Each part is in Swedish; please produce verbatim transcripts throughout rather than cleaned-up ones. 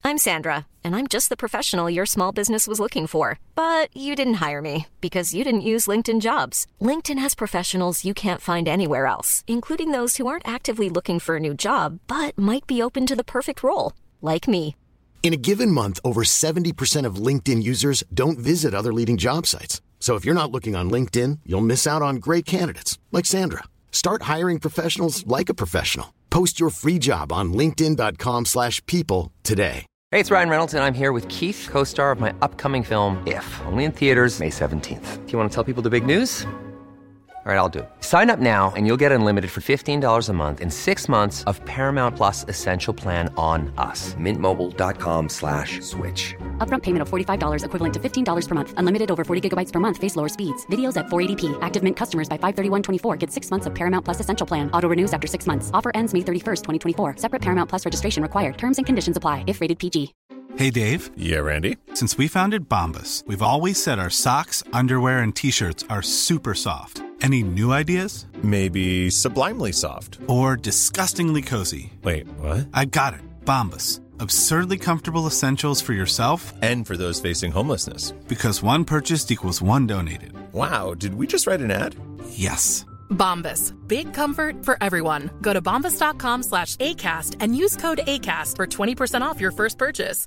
I'm Sandra, and I'm just the professional your small business was looking for. But you didn't hire me because you didn't use LinkedIn Jobs. LinkedIn has professionals you can't find anywhere else, including those who aren't actively looking for a new job, but might be open to the perfect role, like me. In a given month, over seventy percent of LinkedIn users don't visit other leading job sites. So if you're not looking on LinkedIn, you'll miss out on great candidates like Sandra. Start hiring professionals like a professional. Post your free job on linkedin dot com slash people today. Hey, it's Ryan Reynolds, and I'm here with Keith, co-star of my upcoming film, If, only in theaters May seventeenth. Do you want to tell people the big news? All right, I'll do it. Sign up now and you'll get unlimited for fifteen dollars a month and six months of Paramount Plus Essential Plan on us. Mint Mobile dot com slash switch. Upfront payment of forty-five dollars equivalent to fifteen dollars per month. Unlimited over forty gigabytes per month. Face lower speeds. Videos at four eighty p. Active Mint customers by five thirty-one twenty-four get six months of Paramount Plus Essential Plan. Auto renews after six months. Offer ends May thirty-first, twenty twenty-four. Separate Paramount Plus registration required. Terms and conditions apply if rated P G. Hey, Dave. Yeah, Randy. Since we founded Bombas, we've always said our socks, underwear, and T-shirts are super soft. Any new ideas? Maybe sublimely soft. Or disgustingly cozy. Wait, what? I got it. Bombas. Absurdly comfortable essentials for yourself and for those facing homelessness. Because one purchased equals one donated. Wow, did we just write an ad? Yes. Bombas. Big comfort for everyone. Go to bombas.com slash ACAST and use code ACAST for twenty percent off your first purchase.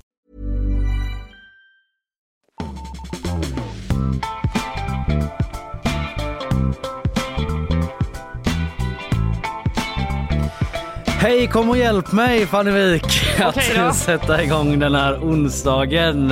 Hej, kom och hjälp mig Fanny Wijk att okay, sätta igång den här onsdagen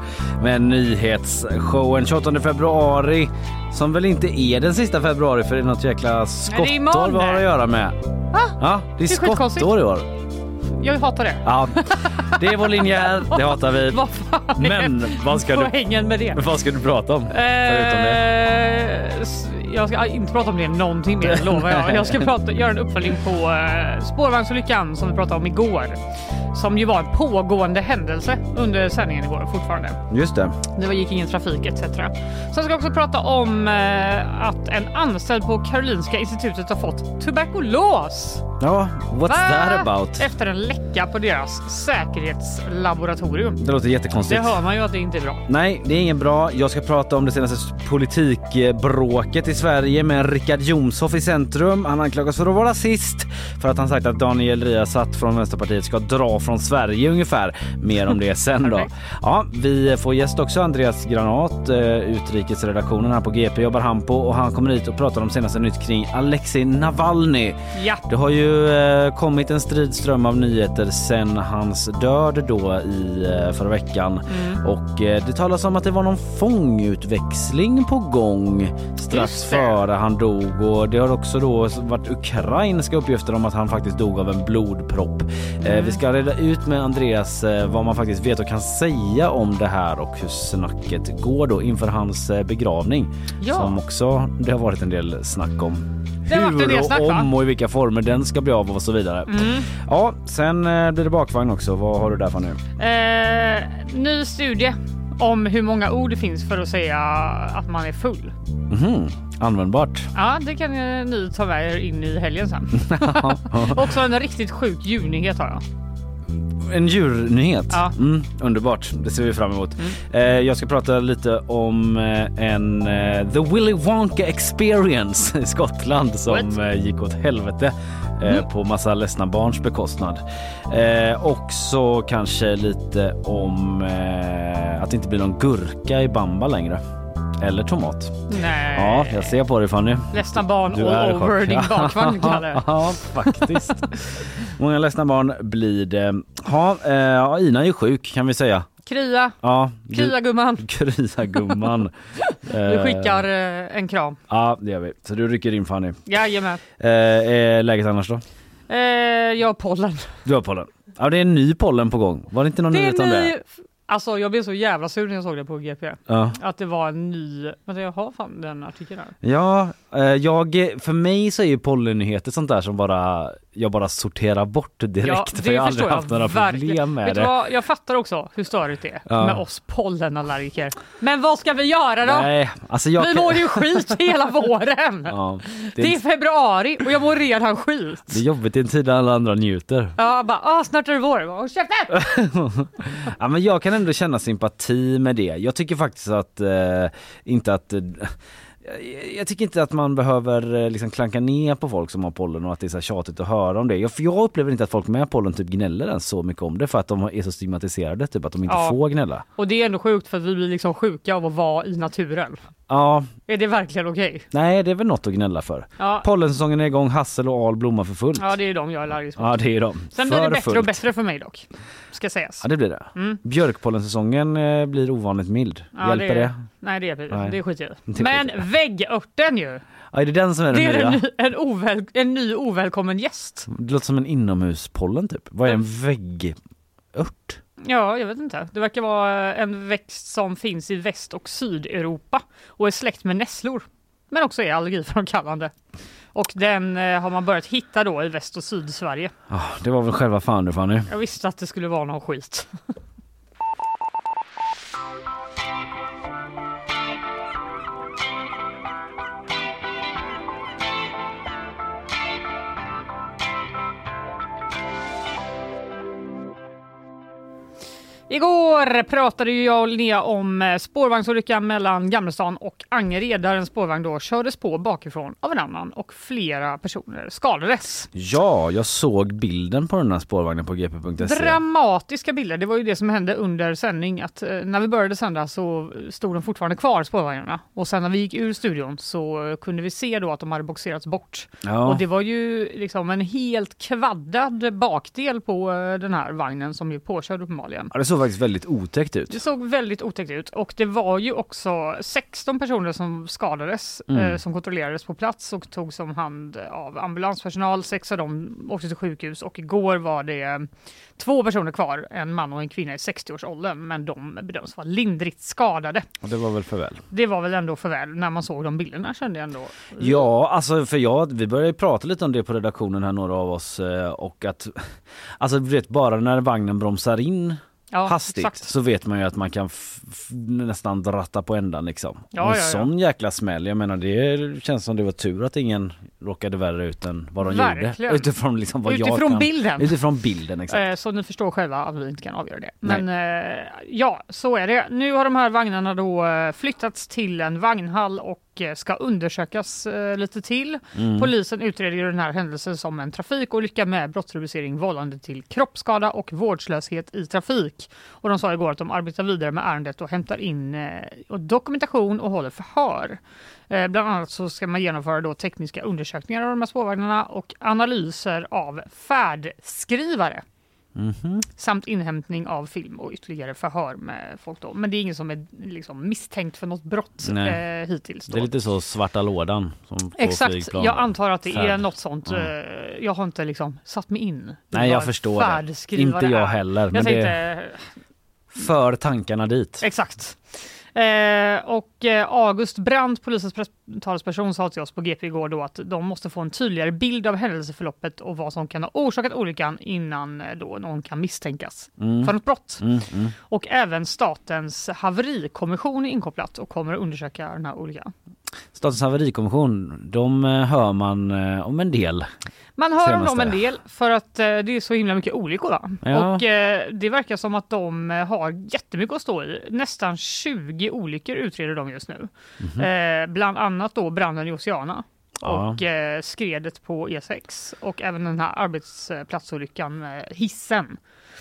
med nyhetsshowen tjugoåttonde februari, som väl inte är den sista februari för det är något jäkla skottår vi har att göra med. Ah, ja, det är, det är skottår i år. Jag hatar det. Ja, det är vår linje här, det hatar vi. Vad fan är Men vad ska poängen du, med det? Vad ska du prata om? Eh, förutom det? Jag ska inte prata om det någonting mer, lovar jag. Jag ska prata, göra en uppföljning på uh, spårvagnsolyckan som vi pratade om igår. Som ju var en pågående händelse under sändningen igår fortfarande. Just det. Det var, gick ingen trafik et cetera. Sen ska jag också prata om uh, att en anställd på Karolinska institutet har fått tuberkulos. Ja, what's Va? that about? Efter en läcka på deras säkerhetslaboratorium. Det låter jättekonstigt. Det hör man ju att det inte är bra. Nej, det är ingen bra. Jag ska prata om det senaste politikbråket i Sverige med Richard Jomshof i centrum. Han anklagas för att vara rasist för att han sagt att Daniel Riazat från Vänsterpartiet ska dra från Sverige ungefär. Mer om det sen då. Ja, vi får gäst också, Andreas Granat, utrikesredaktionen här på G P jobbar han på, och han kommer hit och pratar om senaste nytt kring Alexei Navalny. Ja. Det har ju eh, kommit en stridström av nyheter sen hans död då i eh, förra veckan. Mm. Och eh, det talas om att det var någon fångutväxling på gång strax före han dog, och det har också då varit ukrainska uppgifter om att han faktiskt dog av en blodpropp. Mm. Eh, vi ska reda ut med Andreas eh, vad man faktiskt vet och kan säga om det här och hur snacket går då inför hans eh, begravning. Ja. Som också det har varit en del snack om. Hur och snack, om och i vilka former den ska bli av och så vidare. Mm. Ja, sen eh, blir det bakvagn också. Vad har du där för nu? Eh, ny studie om hur många ord det finns för att säga att man är full. Mm. Användbart. Ja, det kan ni ta med er in i helgen sen. Också en riktigt sjuk djurnyhet har jag. En djurnyhet. Ja. Mm, underbart. Det ser vi fram emot. Mm. Eh, jag ska prata lite om eh, en eh, The Willy Wonka Experience i Skottland som eh, gick åt helvete eh, mm. på massa ledsna barns bekostnad. Eh, också kanske lite om eh, att det inte blir någon gurka i bamba längre. Eller tomat. Nej. Ja, jag ser på dig Fanny. Ledsna barn du all over din bakvagn, Kalle. Ja, faktiskt. Många ledsna barn blir det. Ja, eh, Ina är ju sjuk kan vi säga. Krya. Ja, krya gumman. Krya gumman. Du skickar eh, en kram. Ja, det gör vi. Så du rycker in Fanny. Jajamän. Eh, är läget annars då? Eh, jag har pollen. Du har pollen. Ja, det är en ny pollen på gång. Var det inte någon nyhet om det? Alltså jag blev så jävla sur när jag såg det på G P. Ja. Att det var en ny... Men jag har fan den artikeln här. Ja, jag, för mig så är ju pollennyheter sånt där som bara jag bara sorterar bort direkt, Ja, för jag har aldrig haft några verkligen. problem med Vet det. du vad? Jag fattar också hur störigt det är Ja. med oss pollenallergiker. Men vad ska vi göra då? Nej, alltså jag Vi kan- mår ju skit hela våren. Ja, det, det, är är, februari och jag mår redan skit. det är jobbigt i en tid där alla andra njuter. Ja, bara, ah, snart är det vår. Håll käften! Ja, men jag kan ändå känna sympati med det. Jag tycker faktiskt att eh, inte att eh, jag tycker inte att man behöver eh, liksom klanka ner på folk som har pollen och att det är så här tjatigt att höra om det. Jag, för jag upplever inte att folk med pollen typ gnäller ens så mycket om det för att de är så stigmatiserade typ att de inte Ja. får gnälla. Och det är ändå sjukt för att vi blir liksom sjuka av att vara i naturen. Ja, Är det verkligen okej? nej, det är väl något att gnälla för. Ja. Pollensäsongen är igång, hassel och al blommar för fullt. Ja, det är de jag är allergisk mot. Ja, det är de. Sen blir För det bättre fullt. och bättre för mig dock. Ska sägas. Ja, det blir det. Mm. Björkpollensäsongen eh, blir ovanligt mild. Ja, Hjälper det? Nej, det hjälper Nej. det skiter jag i. Det Men skiter jag i. väggörten ju. Ja, är det den som är den Det är nya? en ny, en, oväl, en ny ovälkommen gäst. Det låter som en inomhuspollen typ. Vad är en väggört? Ja, jag vet inte. Det verkar vara en växt som finns i Väst- och Sydeuropa och är släkt med nässlor. Men också är allergiframkallande. Och den eh, har man börjat hitta då i Väst- och Sydsverige. Ja, det var väl själva fan du Fanny. Jag visste att det skulle vara någon skit. Igår pratade ju jag och Linnea om spårvagnsolyckan mellan Gamlestan och Angered där en spårvagn då kördes på bakifrån av en annan och flera personer skadades. Ja, jag såg bilden på den här spårvagnen på g p punkt se. Dramatiska bilder. Det var ju det som hände under sändning att eh, när vi började sända så stod de fortfarande kvar spårvagnarna och sen när vi gick ur studion så kunde vi se då att de hade boxerats bort. Ja. Och det var ju liksom en helt kvaddad bakdel på eh, den här vagnen som är påkörd uppenbarligen. Ja, det såg faktiskt väldigt otäckt ut. Det såg väldigt otäckt ut och det var ju också sexton personer som skadades Mm. eh, som kontrollerades på plats och tog som hand av ambulanspersonal. Sex av dem åkte till sjukhus och igår var det två personer kvar, en man och en kvinna i sextio-årsåldern, men de bedöms vara lindrigt skadade. Och det var väl för väl. Det var väl ändå för väl när man såg de bilderna, kände jag ändå. Ja, alltså för jag, vi började prata lite om det på redaktionen här, några av oss, eh, och att alltså du vet, bara när vagnen bromsar in Ja, hastigt exakt. så vet man ju att man kan f- f- nästan dratta på ändan liksom. Ja, och en ja, ja. sån jäkla smäll, jag menar det känns som det var tur att ingen råkade värre ut än vad de Verkligen. gjorde. Utifrån liksom vad jag Utifrån kan, bilden. Utifrån bilden, exakt. Eh, Så ni förstår själva att vi inte kan avgöra det. Men eh, ja, så är det. Nu har de här vagnarna då eh, flyttats till en vagnhall och eh, ska undersökas eh, lite till. Mm. Polisen utreder ju den här händelsen som en trafikolycka med brottsrubricering vållande till kroppsskada och vårdslöshet i trafik. Och de sa igår att de arbetar vidare med ärendet och hämtar in eh, och dokumentation och håller förhör. Eh, bland annat så ska man genomföra då tekniska undersökningar av de här spårvagnarna och analyser av färdskrivare. Mhm. Samt inhämtning av film och ytterligare förhör med folk då. Men det är ingen som är liksom misstänkt för något brott Nej. eh, hittills då. Det är lite så svarta lådan som på Exakt, flygplan. jag antar att det är Färd. något sånt. Ja. Eh, jag har inte liksom satt mig in. i Nej, vad jag förstår det. färdskrivare Inte jag är. heller, Jag men det- tänkte, För tankarna dit. exakt. Eh, och eh, August Brandt, polisens pres- talesperson, sa till oss på G P igår då att de måste få en tydligare bild av händelseförloppet och vad som kan ha orsakat olyckan innan eh, då någon kan misstänkas Mm. för något brott. Mm, mm. Och även statens haverikommission är inkopplat och kommer att undersöka den här olyckan. Statens haverikommission, de eh, hör man eh, om en del. Man hör om Senaste. dem en del för att eh, det är så himla mycket olyckor va? Ja. Och eh, det verkar som att de eh, har jättemycket att stå i. Nästan tjugo olyckor utreder de just nu. Mhm. Eh, bland annat då branden i Oceana. Ja. Och eh, skredet på E sex och även den här arbetsplatsolyckan med hissen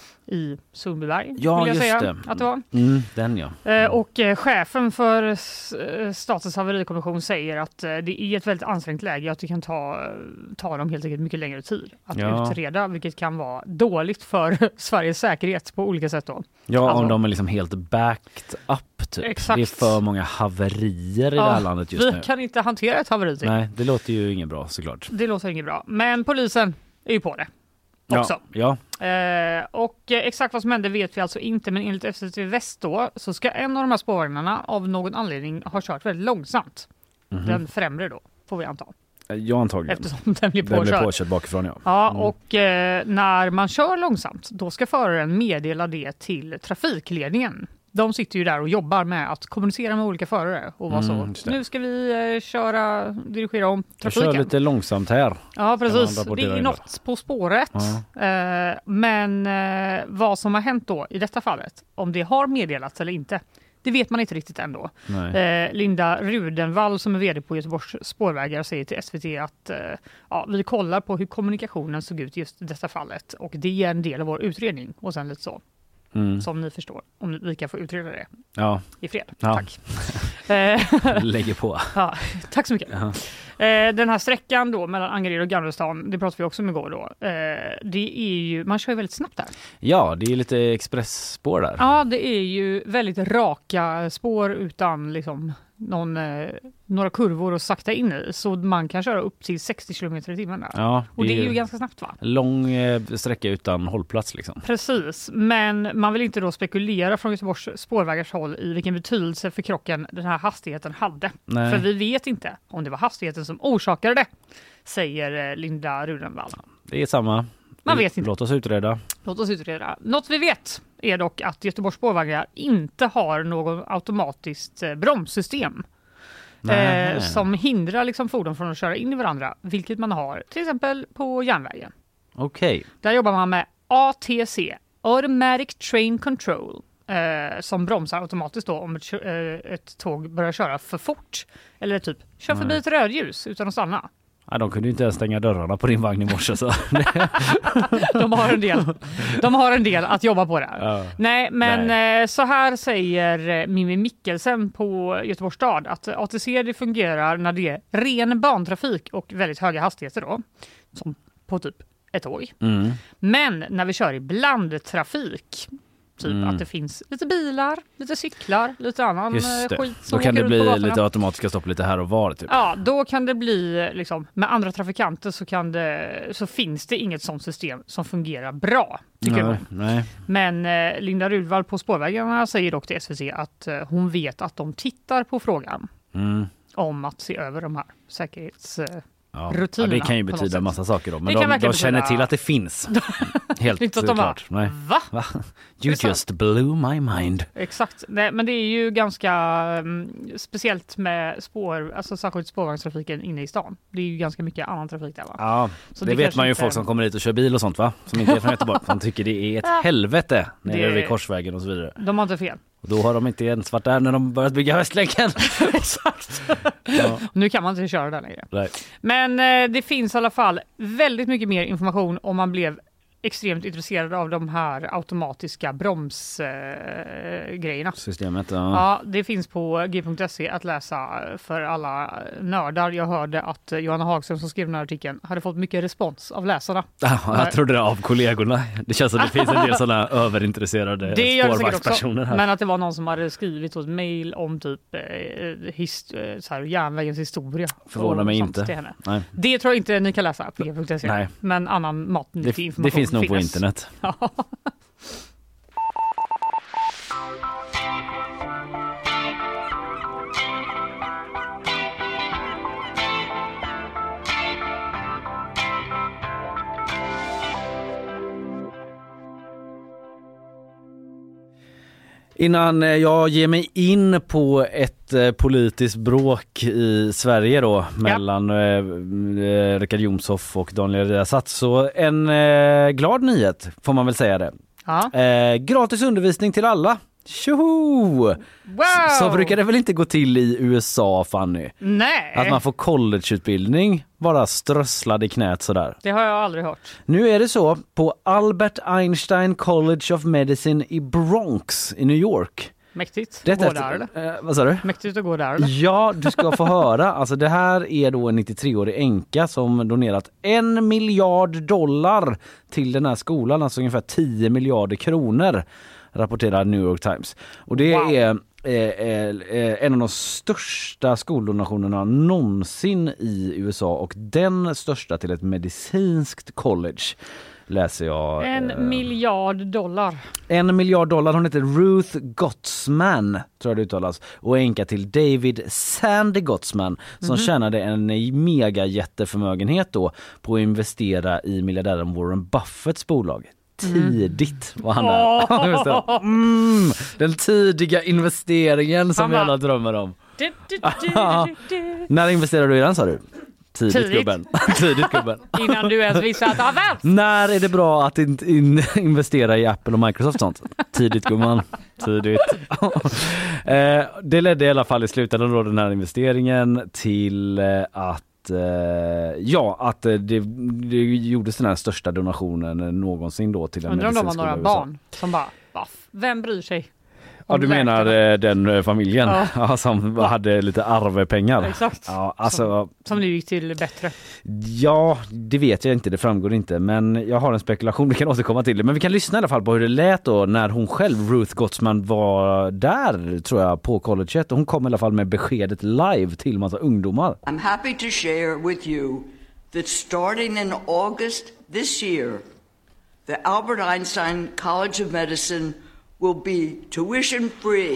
i Sundbyberg. Ja, vill jag just säga det. Att det var. Mm, den ja. Eh, Och eh, chefen för s- eh, Statens haverikommission säger att eh, det är ett väldigt ansträngt läge, att det kan ta, ta dem helt enkelt mycket längre tid att Ja. utreda, vilket kan vara dåligt för Sveriges säkerhet på olika sätt då. Ja, Alltså- om de är liksom helt backed up typ. Exakt. Det är för många haverier i det Ja, här landet just vi nu. kan inte hantera ett haveri till. Nej, det låter ju inget bra såklart. Det låter inget bra. Men polisen är ju på det också. Ja, ja. Eh, och eh, exakt vad som hände vet vi alltså inte, men enligt F C T Väst då så ska en av de här spårvagnarna av någon anledning ha kört väldigt långsamt. Mhm. Den främre då, får vi anta. Ja, antagligen. Eftersom den blir Den påkörd. blir påkörd bakifrån, ja. Ja, Mm. och eh, när man kör långsamt, då ska föraren meddela det till trafikledningen. De sitter ju där och jobbar med att kommunicera med olika förare och vara Mm, så. Nu ska vi eh, köra, dirigera om Jag trafiken. kör lite långsamt här. Ja, precis. Kan man rapportera Det är in något på spåret. Ja. Eh, men eh, vad som har hänt då i detta fallet, om det har meddelats eller inte, det vet man inte riktigt ändå. Eh, Linda Rudenvall som är vd på Göteborgs spårvägar säger till S V T att eh, ja, vi kollar på hur kommunikationen såg ut just i detta fallet och det är en del av vår utredning och sen lite så. Mm. Som ni förstår, om vi kan få utreda det Ja. i fred. Ja. Tack. Lägger på. Ja, tack så mycket. Ja. Eh, den här sträckan då mellan Angered och Gamlestan, det pratade vi också om igår då. Eh, det är ju, man kör ju väldigt snabbt där. Ja, det är lite expressspår där. Ja, det är ju väldigt raka spår utan liksom någon, eh, några kurvor att sakta in i. Så man kan köra upp till sextio kilometer i timmen där. Ja, och det är ju ganska snabbt, va? Lång eh, sträcka utan hållplats liksom. Precis, men man vill inte då spekulera från Göteborgs spårvägars håll i vilken betydelse för krocken den här hastigheten hade. Nej. För vi vet inte om det var hastigheten som orsakade det, säger Linda Rudenvall. Det är samma. Man vet inte. Låt oss utreda. Låt oss utreda. Något vi vet är dock att Göteborgs spårvägar inte har något automatiskt eh, bromssystem. Eh, som hindrar liksom fordon från att köra in i varandra, vilket man har till exempel på järnvägen. Okej. Där jobbar man med A T C, Automatic Train Control, eh, som bromsar automatiskt då om ett, eh, ett tåg börjar köra för fort. Eller typ, kör förbi Nej. ett rödljus utan att stanna. Ja, de kunde ju inte ens stänga dörrarna på din vagn i morse. Så. de, har en del, de har en del att jobba på där. Ja. Nej, men Nej. Eh, så här säger Mimmi Mikkelsen på Göteborgs stad att A T C det fungerar när det är ren bantrafik och väldigt höga hastigheter då. Som på typ ett tåg. Mm. Men när vi kör i blandtrafik, typ Mm. att det finns lite bilar, lite cyklar, lite annan Just det. skit som Då kan åker det runt på bli gatorna. lite automatiska stopp lite här och var typ. Ja, då kan det bli liksom, med andra trafikanter så, kan det, så finns det inget sånt system som fungerar bra, tycker nej, man. nej. Men eh, Linda Rudvall på spårvägarna säger dock till S V C att eh, hon vet att de tittar på frågan Mm. om att se över de här säkerhets... Eh, Ja. rutinerna Ja, det kan ju på något betyda sätt. massa saker då. Men Det de, kan de verkligen känner betyda- till att det finns. Helt Inte att de klart. bara, Nej. va? Va? You det sant? just blew my mind. Exakt. Nej, men det är ju ganska um, speciellt med spår, alltså särskilt spårvagnstrafiken inne i stan. Det är ju ganska mycket annan trafik där, va? Ja, Så det, det vet kanske man ju inte- folk som kommer hit och kör bil och sånt, va? Som inte är från Göteborg. De tycker det är ett helvete nere Det- vid Korsvägen och så vidare. De har inte fel. Och då har de inte ens varit där när de börjat bygga Västlänken. Exakt. Ja. Nu kan man inte köra där längre. Nej. Men eh, det finns i alla fall väldigt mycket mer information om man blev extremt intresserad av de här automatiska bromsgrejerna. Eh, grejerna. Systemet, ja. Ja, det finns på g punkt se att läsa för alla nördar. Jag hörde att Johanna Hagström som skrev den här artikeln hade fått mycket respons av läsarna. Ja, jag trodde det av kollegorna. Det känns som det finns en del sådana överintresserade Det gör det säkert också, spårvagnspersoner här. men att det var någon som hade skrivit ett mejl om typ eh, hist- eh, så här, järnvägens historia. Förvånar och mig sånt inte. till henne. Nej. Det tror jag inte ni kan läsa på g punkt se. Nej. Men annan matnyttig Det, information det finns nog på internet. Ja. Innan jag ger mig in på ett eh, politiskt bråk i Sverige då mellan eh, Richard Jomshof och Daniel Riazat, så en eh, glad nyhet får man väl säga det. Ja. Eh, gratis undervisning till alla. Tjoho! Wow! Så brukar det väl inte gå till i U S A, Fanny? Nej, Att man får collegeutbildning bara strösslad i knät sådär. det har jag aldrig hört. Nu är det så på Albert Einstein College of Medicine i Bronx i New York. Mäktigt Detta att gå efter- där, eller? Eh, vad sa du? Mäktigt att gå där, eller? Ja, du ska få höra. Alltså det här är då en nittiotre-årig änka som donerat en miljard dollar till den här skolan, alltså ungefär tio miljarder kronor, rapporterar New York Times. Och det Wow. är eh, eh, en av de största skoldonationerna någonsin i U S A och den största till ett medicinskt college. läser jag. En eh, miljard dollar. En miljard dollar. Hon heter Ruth Gottsman, tror jag det uttalas, och är änka till David Sandy Gottsman som mm-hmm. tjänade en mega jätteförmögenhet då på att investera i miljardären Warren Buffetts bolag. Tidigt var han där. Mm, den tidiga investeringen som vi alla drömmer om. Du, du, du, du, du. När investerade du i den, sa du? Tidigt, Tidigt. gubben. Tidigt, gubben. Innan du ens visste att det har vänt. När är det bra att in, in, investera i Apple och Microsoft och sånt? Tidigt, gumman. Tidigt. eh, det ledde i alla fall i slutändan då den här investeringen till eh, att ja, att det, det gjordes den här största donationen någonsin då till en medicinskola. Undrar om de har några barn som bara, vaff, vem bryr sig? Ja, du menar läkarna? Den familjen ja. Ja, som ja. hade lite arvepengar. Exakt. Ja, alltså, som, som nu gick till bättre. Ja, det vet jag inte, det framgår inte. Men jag har en spekulation, vi kan återkomma till det. Men vi kan lyssna i alla fall på hur det lät då när hon själv, Ruth Gottsman, var där, tror jag, på colleget. Hon kom i alla fall med beskedet live till massa ungdomar. I'm happy to share with you that starting in August this year, the Albert Einstein College of Medicine will be tuition free.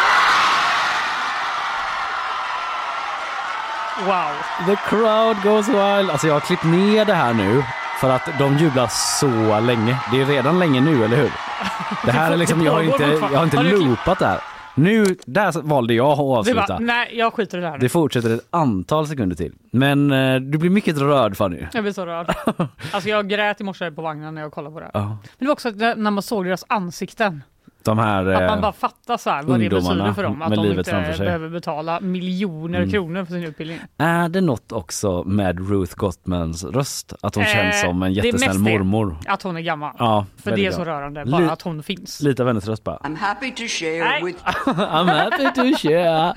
Wow. The crowd goes wild. Alltså jag har klippt ner det här nu för att de jublar så länge. Det är redan länge nu, eller hur? Det här är liksom, jag har inte, jag har inte loopat det här. Nu, där valde jag att avsluta. Bara, nej, jag skiter i det här nu. Det fortsätter ett antal sekunder till. Men eh, du blir mycket rörd, Fanny. Jag blir så rörd. Alltså jag grät i morse på vagnen när jag kollade på det. Uh. Men det var också när man såg deras ansikten. De här, att man bara fattar så här vad det betyder för dem. Att de inte behöver betala miljoner mm. kronor för sin utbildning. Är det något också med Ruth Gottmans röst? Att hon eh, känns som en jättesnäll mormor? Att hon är gammal. Ja, för det är så rörande. Bara Li- att hon finns. Lite av hennes röst bara. I'm happy to share with... I'm happy to share.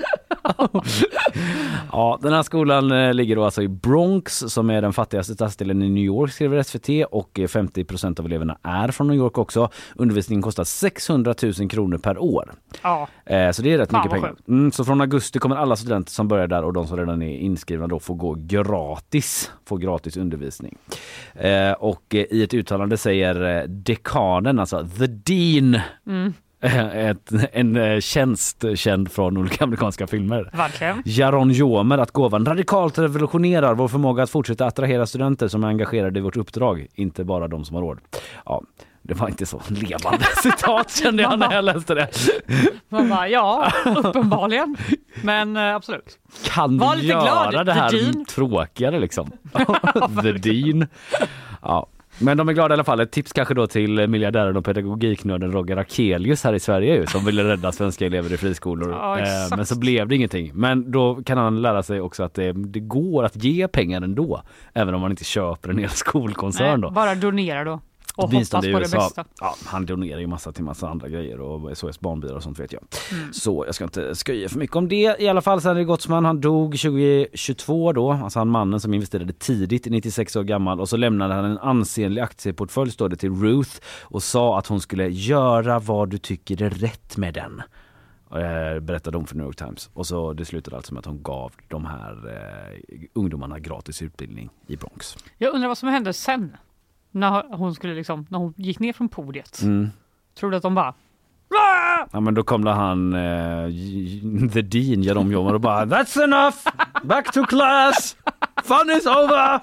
Ja, den här skolan eh, ligger då alltså i Bronx som är den fattigaste stadsdelen i New York, skriver S V T, och femtio procent av eleverna är från New York också. Undervisningen kostar sexhundra tusen kronor per år. Ja. Eh, så det är rätt Fan, mycket pengar. Mm, så från augusti kommer alla studenter som börjar där och de som redan är inskrivna då får gå gratis, få gratis undervisning. Eh, och eh, i ett uttalande säger eh, dekanen, alltså the dean, mm. Ett, en tjänst känd från olika amerikanska filmer. Verkligen. Jaron Jomer, att gåvan radikalt revolutionerar vår förmåga att fortsätta attrahera studenter som är engagerade i vårt uppdrag, inte bara de som har råd. Ja, det var inte så levande citat kände jag när jag läste det. Man bara, ja, uppenbarligen. Men eh, absolut. Kan var du lite göra glad, det här Dean? Tråkigare liksom? The Dean. Ja. Men de är glada i alla fall. Ett tips kanske då till miljardären och pedagogiknörden Roger Akelius här i Sverige ju, som ville rädda svenska elever i friskolor. Ja, eh, men så blev det ingenting. Men då kan han lära sig också att det, det går att ge pengar ändå, även om man inte köper en hel skolkoncern. Nej, då. Bara donera då. Och hoppas på det bästa. Ja, han donerar ju massa till massa andra grejer och S O S barnbidrag och sånt vet jag. Mm. Så jag ska inte skoja för mycket om det. I alla fall Sandy Gottsman, han dog tjugohundratjugotvå då. Alltså han mannen som investerade tidigt, nittiosex år gammal. Och så lämnade han en ansenlig aktieportfölj, står det, till Ruth och sa att hon skulle göra vad du tycker är rätt med den. Eh, berättade hon för New York Times. Och så det slutade alltså med att hon gav de här eh, ungdomarna gratis utbildning i Bronx. Jag undrar vad som hände sen. När hon skulle liksom, när hon gick ner från podiet. Mm. Tror du att de bara... Ja, men då kom där han eh, the dean, Jaron Jomer, och bara that's enough! Back to class! Fun is over!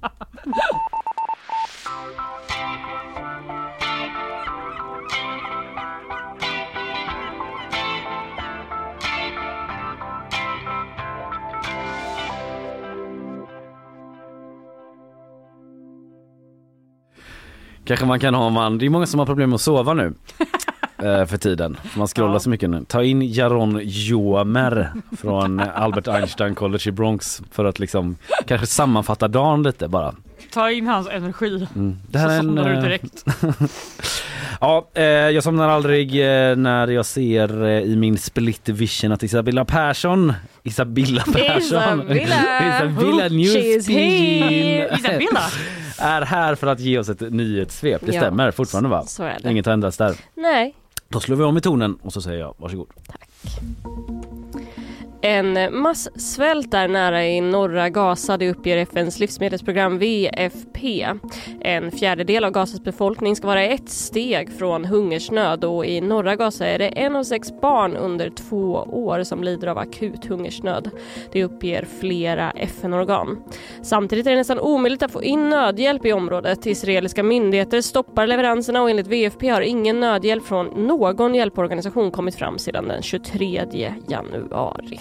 Kanske man kan ha man. Det är många som har problem med att sova nu eh, för tiden. Man scrollar ja. så mycket nu. Ta in Jaron Jomer från Albert Einstein College i Bronx för att liksom kanske sammanfatta dagen lite bara. Ta in hans energi. Mm. Det här så är en, somnar du direkt. Ja, eh, jag somnar aldrig eh, när jag ser eh, i min split vision att Isabella Persson Isabella Persson Isabella, Isabella Newspeed Isabella är här för att ge oss ett nyhetssvep. Det stämmer ja, fortfarande, va? Så är det. Inget har ändrats där. Nej. Då slår vi om i tonen och så säger jag varsågod. Tack. en massvält där nära i norra Gaza, det uppger F N:s livsmedelsprogram W F P. En fjärdedel av Gazas befolkning ska vara ett steg från hungersnöd, och i norra Gaza är det en av sex barn under två år som lider av akut hungersnöd. Det uppger flera F N-organ. Samtidigt är det nästan omöjligt att få in nödhjälp i området. Israeliska myndigheter stoppar leveranserna och enligt W F P har ingen nödhjälp från någon hjälporganisation kommit fram sedan den tjugotredje januari.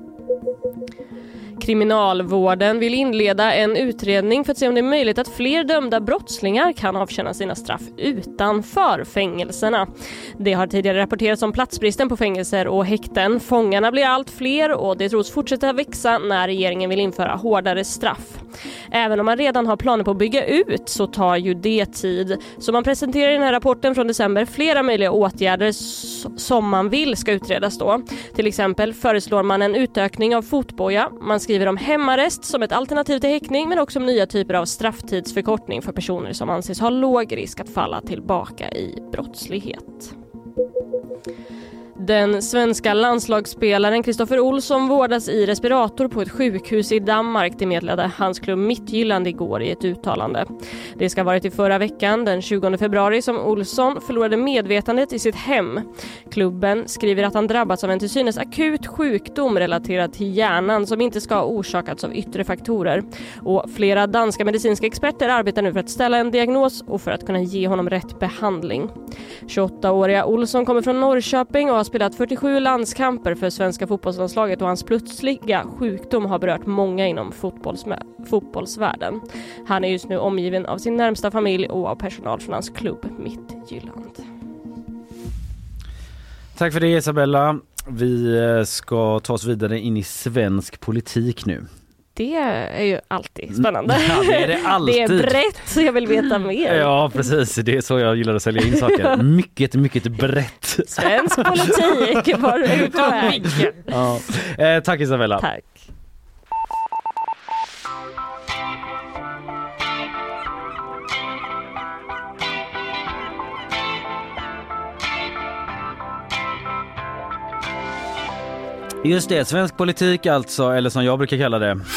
Kriminalvården vill inleda en utredning för att se om det är möjligt att fler dömda brottslingar kan avtjäna sina straff utanför fängelserna. Det har tidigare rapporterats om platsbristen på fängelser och häkten. Fångarna blir allt fler och det tros fortsätta växa när regeringen vill införa hårdare straff. Även om man redan har planer på att bygga ut så tar ju det tid. Så man presenterar i den här rapporten från december flera möjliga åtgärder som man vill ska utredas då. Till exempel föreslår man en utökning av fotboja. Man skriver om hemarrest som ett alternativ till häktning, men också om nya typer av strafftidsförkortning för personer som anses ha låg risk att falla tillbaka i brottslighet. Den svenska landslagsspelaren Kristoffer Olsson vårdas i respirator på ett sjukhus i Danmark, det meddelade hans klubb Midtjylland igår i ett uttalande. Det ska ha varit i förra veckan, den tjugonde februari, som Olsson förlorade medvetandet i sitt hem. Klubben skriver att han drabbats av en till synes akut sjukdom relaterad till hjärnan som inte ska ha orsakats av yttre faktorer. Och flera danska medicinska experter arbetar nu för att ställa en diagnos och för att kunna ge honom rätt behandling. tjugoåttaåriga Olsson kommer från Norrköping och har spelat fyrtiosju landskamper för svenska fotbollslandslaget, och hans plötsliga sjukdom har berört många inom fotbollsmä- fotbollsvärlden. Han är just nu omgiven av sin närmsta familj och av personal från hans klubb Midtjylland. Tack för det, Isabella. Vi ska ta oss vidare in i svensk politik nu. Det är ju alltid spännande. Ja, det är det alltid. Det är brett, så jag vill veta mer. Ja, precis. Det är så jag gillar att sälja in saker. Mycket, mycket brett. Svensk politik var ut på väg. Ja. Eh, tack Isabella. Tack. Just det, svensk politik alltså, eller som jag brukar kalla det.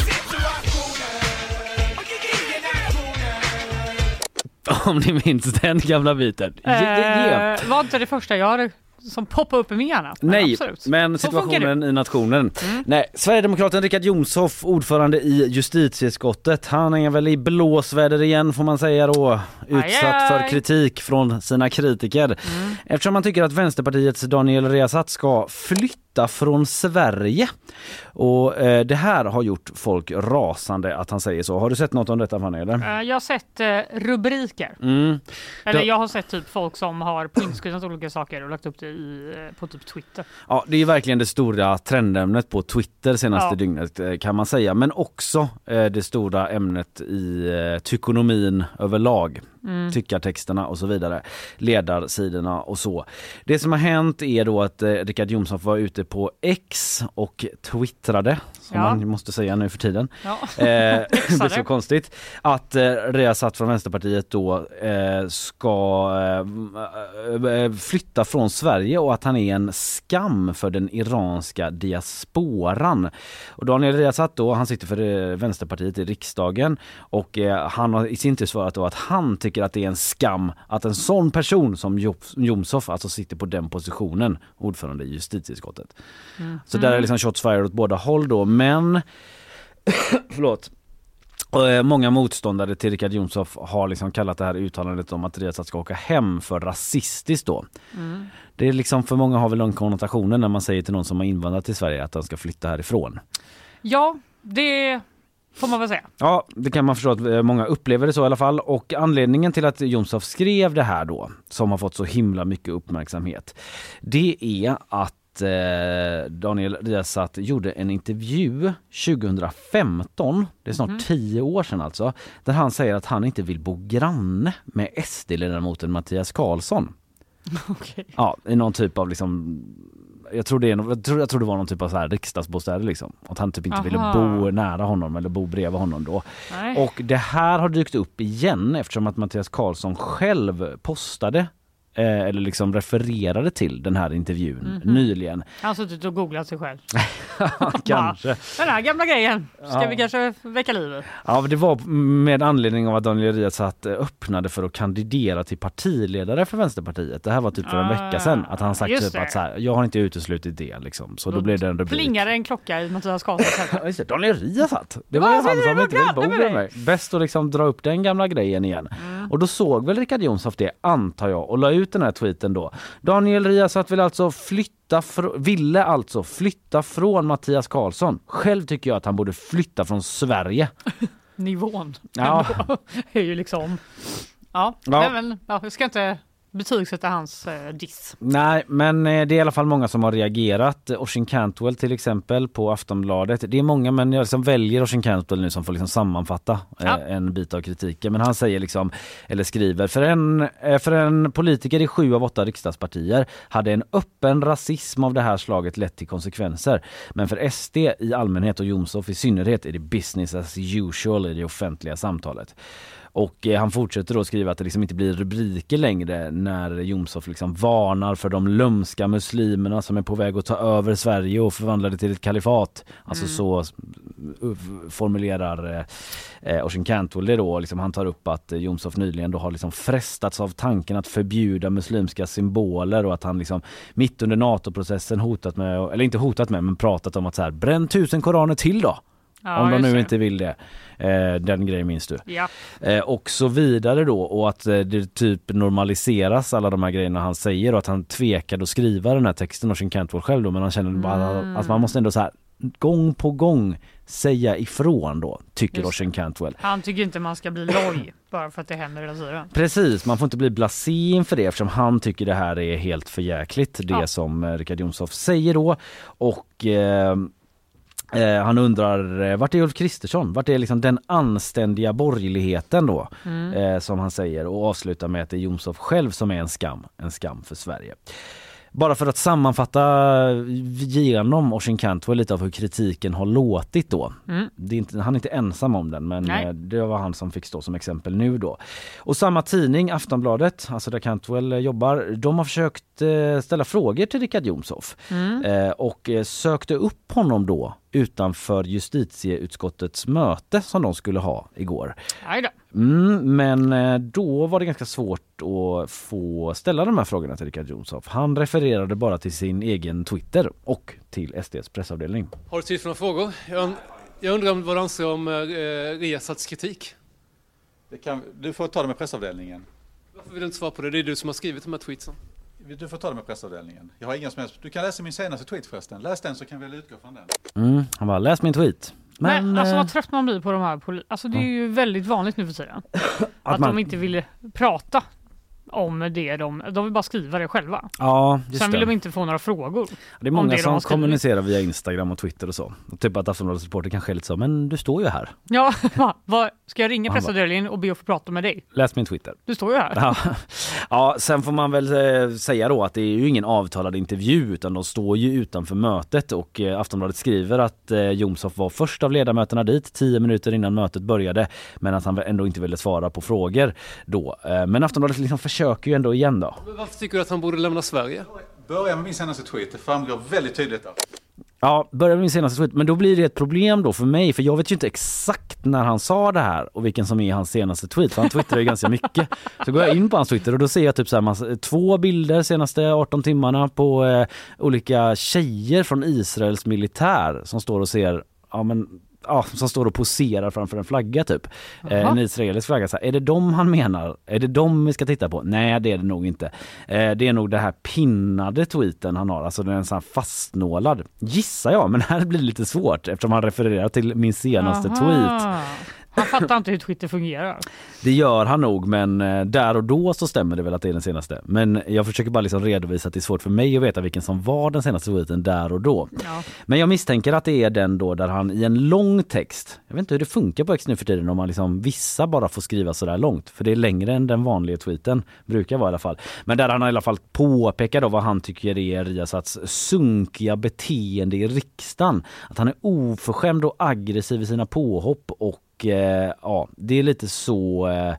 Om ni minns den gamla biten. Eh, yeah. Var inte det första jag hade som poppar upp i min hjärna? Nej, absolut. men situationen i nationen. Mm. Nej, Sverigedemokraten Richard Jomshof, ordförande i justitieutskottet. Han är väl i blåsväder igen, får man säga då. Utsatt aj, aj. för kritik från sina kritiker. Mm. Eftersom man tycker att Vänsterpartiets Daniel Riazat ska flytta från Sverige. Och eh, det här har gjort folk rasande att han säger så. Har du sett något om detta, Fanny, eller? Jag har sett eh, rubriker. Mm. Eller Då... jag har sett typ folk som har printscreenat olika saker och lagt upp det i, på typ Twitter. Ja, det är verkligen det stora trendämnet på Twitter senaste ja. dygnet, kan man säga. Men också eh, det stora ämnet i eh, tykonomin överlag. Mm. Tyckartexterna och så vidare, ledarsidorna och så. Det som har hänt är då att eh, Richard Jomshof var ute på X och twittrade, som ja. man måste säga nu för tiden. Ja. Eh, det är så konstigt att eh, Riazat från Vänsterpartiet då eh, ska eh, flytta från Sverige och att han är en skam för den iranska diasporan. Och Daniel Riazat då, han sitter för eh, Vänsterpartiet i riksdagen, och eh, han har i sin tur svarat då att han tycker att det är en skam att en sån person som Jomshof alltså sitter på den positionen, ordförande i justitieutskottet. Mm. Så där är liksom shots fired åt båda håll då, men förlåt. Och många motståndare till Richard Jomshof har liksom kallat det här uttalandet om att Riazat ska åka hem för rasistiskt då. Mm. Det är liksom, för många har väl en konnotation när man säger till någon som har invandrat till Sverige att han ska flytta härifrån. Ja, det får man väl säga. Ja, det kan man förstå att många upplever det så i alla fall. Och anledningen till att Jomshof skrev det här då, som har fått så himla mycket uppmärksamhet, det är att Daniel Riazat gjorde en intervju tjugohundrafemton, det är snart mm. tio år sedan alltså, där han säger att han inte vill bo granne med S D-ledamoten Mattias Karlsson. Okay. Ja, i någon typ av liksom, jag tror det, är, jag tror, jag tror det var någon typ av så här riksdagsbostäder liksom. Att han typ inte Aha. ville bo nära honom eller bo bredvid honom då. Nej. Och det här har dykt upp igen eftersom att Mattias Karlsson själv postade eh, eller liksom refererade till den här intervjun Mm-hmm. nyligen. Han har suttit och googlat sig själv. Kanske. Den här gamla grejen. Ska Ja. vi kanske väcka livet? Ja, det var med anledning av att Daniel Riazat öppnade för att kandidera till partiledare för Vänsterpartiet. Det här var typ för en Ah, vecka sedan. Att han sagt just typ det. att så här, jag har inte uteslutit det liksom. Så då blev det en rubrik. Plingade en klocka i Mattias Karlsson. Just det, Daniel Riazat. Det var Ja, ju så han det som var inte vill bra, bo det var med det. mig. Bäst att liksom dra upp den gamla grejen igen. Mm. Och då såg väl Richard Jomshof det, antar jag, och la ut den här tweeten då. Daniel Riazat vill alltså flytta fr- ville alltså flytta från Mattias Karlsson. Själv tycker jag att han borde flytta från Sverige. Nivån. Ja. är ju liksom... Ja, Ja. Nej, men, ja, jag ska inte betygsätta hans eh, diss. Nej, men eh, det är i alla fall många som har reagerat. Oisin Cantwell till exempel på Aftonbladet. Det är många, men jag liksom väljer Oisin Cantwell nu som får liksom sammanfatta eh, Ja. en bit av kritiken. Men han säger liksom, eller skriver, för en, eh, för en politiker i sju av åtta riksdagspartier hade en öppen rasism av det här slaget lett till konsekvenser. Men för S D i allmänhet och Jomshof i synnerhet är det business as usual i det offentliga samtalet. Och eh, han fortsätter då skriva att det liksom inte blir rubriker längre när Jomshof liksom varnar för de lömska muslimerna som är på väg att ta över Sverige och förvandla det till ett kalifat. Alltså Mm. så uh, formulerar eh, Oisin Cantwell det då. Liksom han tar upp att eh, Jomshof nyligen då har liksom frestats av tanken att förbjuda muslimska symboler och att han liksom mitt under NATO-processen hotat med, eller inte hotat med, men pratat om att så här, bränn tusen koraner till då. Ja, Om de just nu det. inte vill det. Eh, den grejen minns du. Ja. Eh, och så vidare då. Och att eh, det typ normaliseras alla de här grejerna han säger. Och att han tvekade att skriva den här texten. Oisin Cantwell själv då. Men han känner bara Mm. att man måste ändå så här gång på gång säga ifrån då. Tycker Just Oisin Cantwell. Han tycker inte man ska bli loj bara för att det händer hela tiden. Precis, man får inte bli blasé inför det eftersom han tycker det här är helt förjäkligt. Det Ja. som eh, Richard Jomshof säger då. Och... Eh, Eh, han undrar, eh, vart är Ulf Kristersson? Vart är liksom den anständiga borgerligheten då? Mm. Eh, som han säger och avslutar med att det är Jomshof själv som är en skam. En skam för Sverige. Bara för att sammanfatta genom Oisin Cantwell lite av hur kritiken har låtit då. Mm. Det är inte, han är inte ensam om den, men Nej. eh, det var han som fick stå som exempel nu då. Och samma tidning, Aftonbladet, alltså där Cantwell eh, jobbar, de har försökt eh, ställa frågor till Richard Jomshof Mm. eh, och eh, sökte upp honom då utanför justitieutskottets möte som de skulle ha igår. Aj då. Mm, men eh, då var det ganska svårt att få ställa de här frågorna till Richard Jomshof. Han refererade bara till sin egen Twitter och till S D:s pressavdelning. Har du tid för några frågor? Jag, jag undrar om vad du anser om eh, Riazats kritik. Det kan, du får ta det med pressavdelningen. Varför vill du inte svara på det? Det är du som har skrivit de här tweetsen. Du får ta det med pressavdelningen. Jag har inga som helst. Du kan läsa min senaste tweet förresten. Läs den så kan vi väl utgå från den. Mm, han bara, läs min tweet. Men, Men alltså eh, vad trött man blir på de här poli- Alltså det är ju väldigt vanligt nu för tiden. att man- de inte vill prata om det de... De vill bara skriva det själva. ja, just Sen vill det. de inte få några frågor. Det är om många det de har som skrivit. kommunicerar via Instagram och Twitter och så. Och typ att Aftonbladets reporter kanske är lite så, men du står ju här. Ja, va, va, ska jag ringa Han bara- pressavdelningen och be att få prata med dig? Läs min Twitter. Du står ju här. Ja. ja, sen får man väl eh, säga då att det är ju ingen avtalad intervju utan de står ju utanför mötet och eh, Aftonbladet skriver att eh, Jomshof var först av ledamöterna dit tio minuter innan mötet började men att han ändå inte ville svara på frågor då. Eh, men Aftonbladet liksom försöker ju ändå igen då. Men varför tycker du att han borde lämna Sverige? Börja med min senaste tweet. Det framgår väldigt tydligt där. Ja, börjar med min senaste tweet. Men då blir det ett problem då för mig. För jag vet ju inte exakt när han sa det här och vilken som är hans senaste tweet. För han twittrar ju ganska mycket. Så går jag in på hans Twitter och då ser jag typ så här massa, två bilder senaste arton timmarna på eh, olika tjejer från Israels militär som står och ser, ja men... Ja, som står och poserar framför en flagga typ. Eh, en israelisk flagga. Så här, är det de han menar? Är det de vi ska titta på? Nej, det är det nog inte. Eh, det är nog det här pinnade tweeten han har. Alltså den är så här fastnålad. Gissar jag, men här blir det lite svårt eftersom han refererar till min senaste Aha. tweet. Han fattar inte hur Twitter fungerar. Det gör han nog, men eh, där och då så stämmer det väl att det är den senaste. Men jag försöker bara liksom redovisa att det är svårt för mig att veta vilken som var den senaste tweeten där och då. Ja. Men jag misstänker att det är den då där han i en lång text, jag vet inte hur det funkar på X nu för tiden om man liksom vissa bara får skriva så där långt. För det är längre än den vanliga tweeten, brukar vara i alla fall. Men där han i alla fall påpekar då vad han tycker är Riazats sunkiga beteende i riksdagen. Att han är oförskämd och aggressiv i sina påhopp och eh, ja, det är lite så... Eh,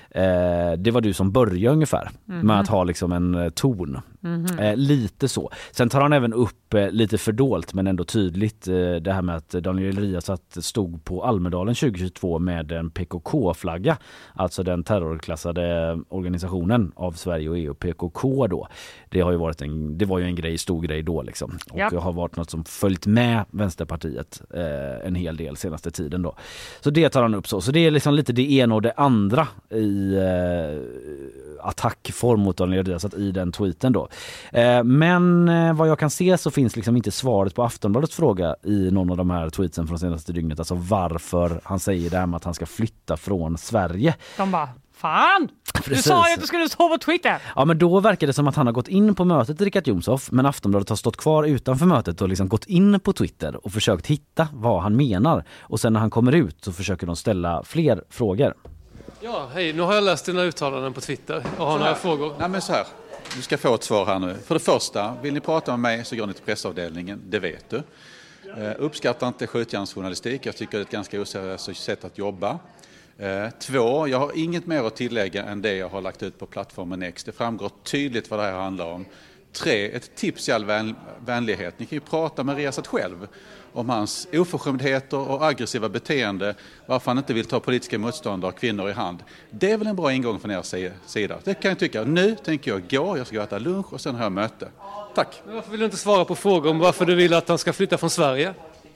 Eh, det var du som började ungefär Mhm. med att ha liksom en eh, ton. Mhm. Eh, lite så. Sen tar han även upp eh, lite fördolt men ändå tydligt eh, det här med att Daniel Riazat stod på Almedalen tjugohundratjugotvå med en P K K-flagga. Alltså den terrorklassade organisationen av Sverige och E U, P K K då. Det har ju varit en, det var ju en grej, stor grej då liksom. Och Ja. det har varit något som följt med Vänsterpartiet eh, en hel del senaste tiden då. Så det tar han upp så. Så det är liksom lite det ena och det andra i eh, attackform mot Daniel Riazat i den tweeten då. Eh, men eh, vad jag kan se så finns liksom inte svaret på Aftonbladets fråga i någon av de här tweetsen från senaste dygnet. Alltså varför han säger det här med att han ska flytta från Sverige. De bara, fan! Du Precis. sa ju att du skulle stå på Twitter! Ja, men då verkar det som att han har gått in på mötet, Richard Jomshof, men Aftonbladet har stått kvar utanför mötet och liksom gått in på Twitter och försökt hitta vad han menar. Och sen när han kommer ut så försöker de ställa fler frågor. Ja, hej. Nu har jag läst dina uttalanden på Twitter. Jag har några frågor. Nej, men så här. Du ska få ett svar här nu. För det första, vill ni prata med mig så går ni till pressavdelningen, det vet du. Uh, uppskattar inte skjutjärnsjournalistik. Jag tycker det är ett ganska oseriöst sätt att jobba. Uh, två, jag har inget mer att tillägga än det jag har lagt ut på plattformen X. Det framgår tydligt vad det här handlar om. Tre, ett tips i all vän, vänlighet. Ni kan ju prata med Riazat själv om hans oförskämdheter och aggressiva beteende. Varför han inte vill ta politiska motståndare och kvinnor i hand. Det är väl en bra ingång från er sida. Det kan jag tycka. Nu tänker jag gå, jag ska äta lunch och sen har jag möte. Tack. Men varför vill du inte svara på frågor om varför du vill att han ska flytta från Sverige?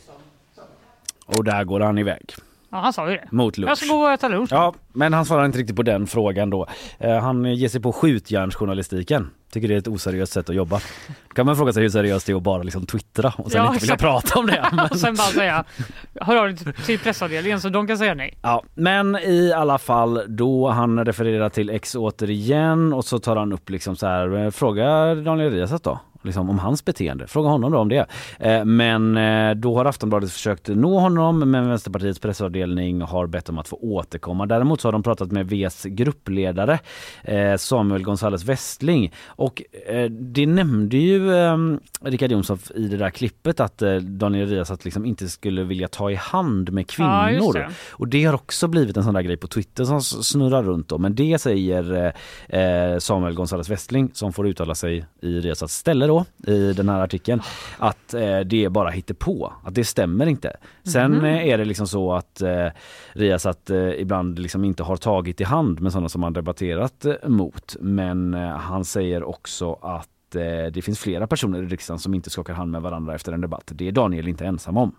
Och där går han iväg. Ja, han sa ju det. Mot lunch. Jag ska gå och äta lunch. Ja, men han svarar inte riktigt på den frågan då. Eh, han ger sig på skjutjärnsjournalistiken. Tycker det är ett oseriöst sätt att jobba. Då kan man fråga sig hur seriöst det är att bara liksom twittra och sen Ja, inte vilja prata om det. Men... Och sen bara säga, hör av dig till pressavdelningen så de kan säga nej. Ja, men i alla fall då han refererar till X återigen och så tar han upp liksom så här, fråga Daniel Riazat då. Liksom om hans beteende. Fråga honom då om det. Eh, men eh, då har Aftonbladet försökt nå honom, men Vänsterpartiets pressavdelning har bett om att få återkomma. Däremot så har de pratat med V:s gruppledare eh, Samuel González Westling och eh, det nämnde ju eh, Richard Jomshof i det där klippet att eh, Daniel Riazat liksom inte skulle vilja ta i hand med kvinnor. Ja, just det. Och det har också blivit en sån där grej på Twitter som snurrar runt då. Men det säger eh, Samuel González Westling som får uttala sig i Riazats ställe då, i den här artikeln, att eh, det är bara hittepå, att det stämmer inte. Sen Mhm. eh, är det liksom så att eh, Riazat eh, ibland liksom inte har tagit i hand med sådana som han debatterat eh, mot. Men eh, han säger också att eh, det finns flera personer i riksdagen som inte skakar hand med varandra efter en debatt. Det är Daniel inte ensam om.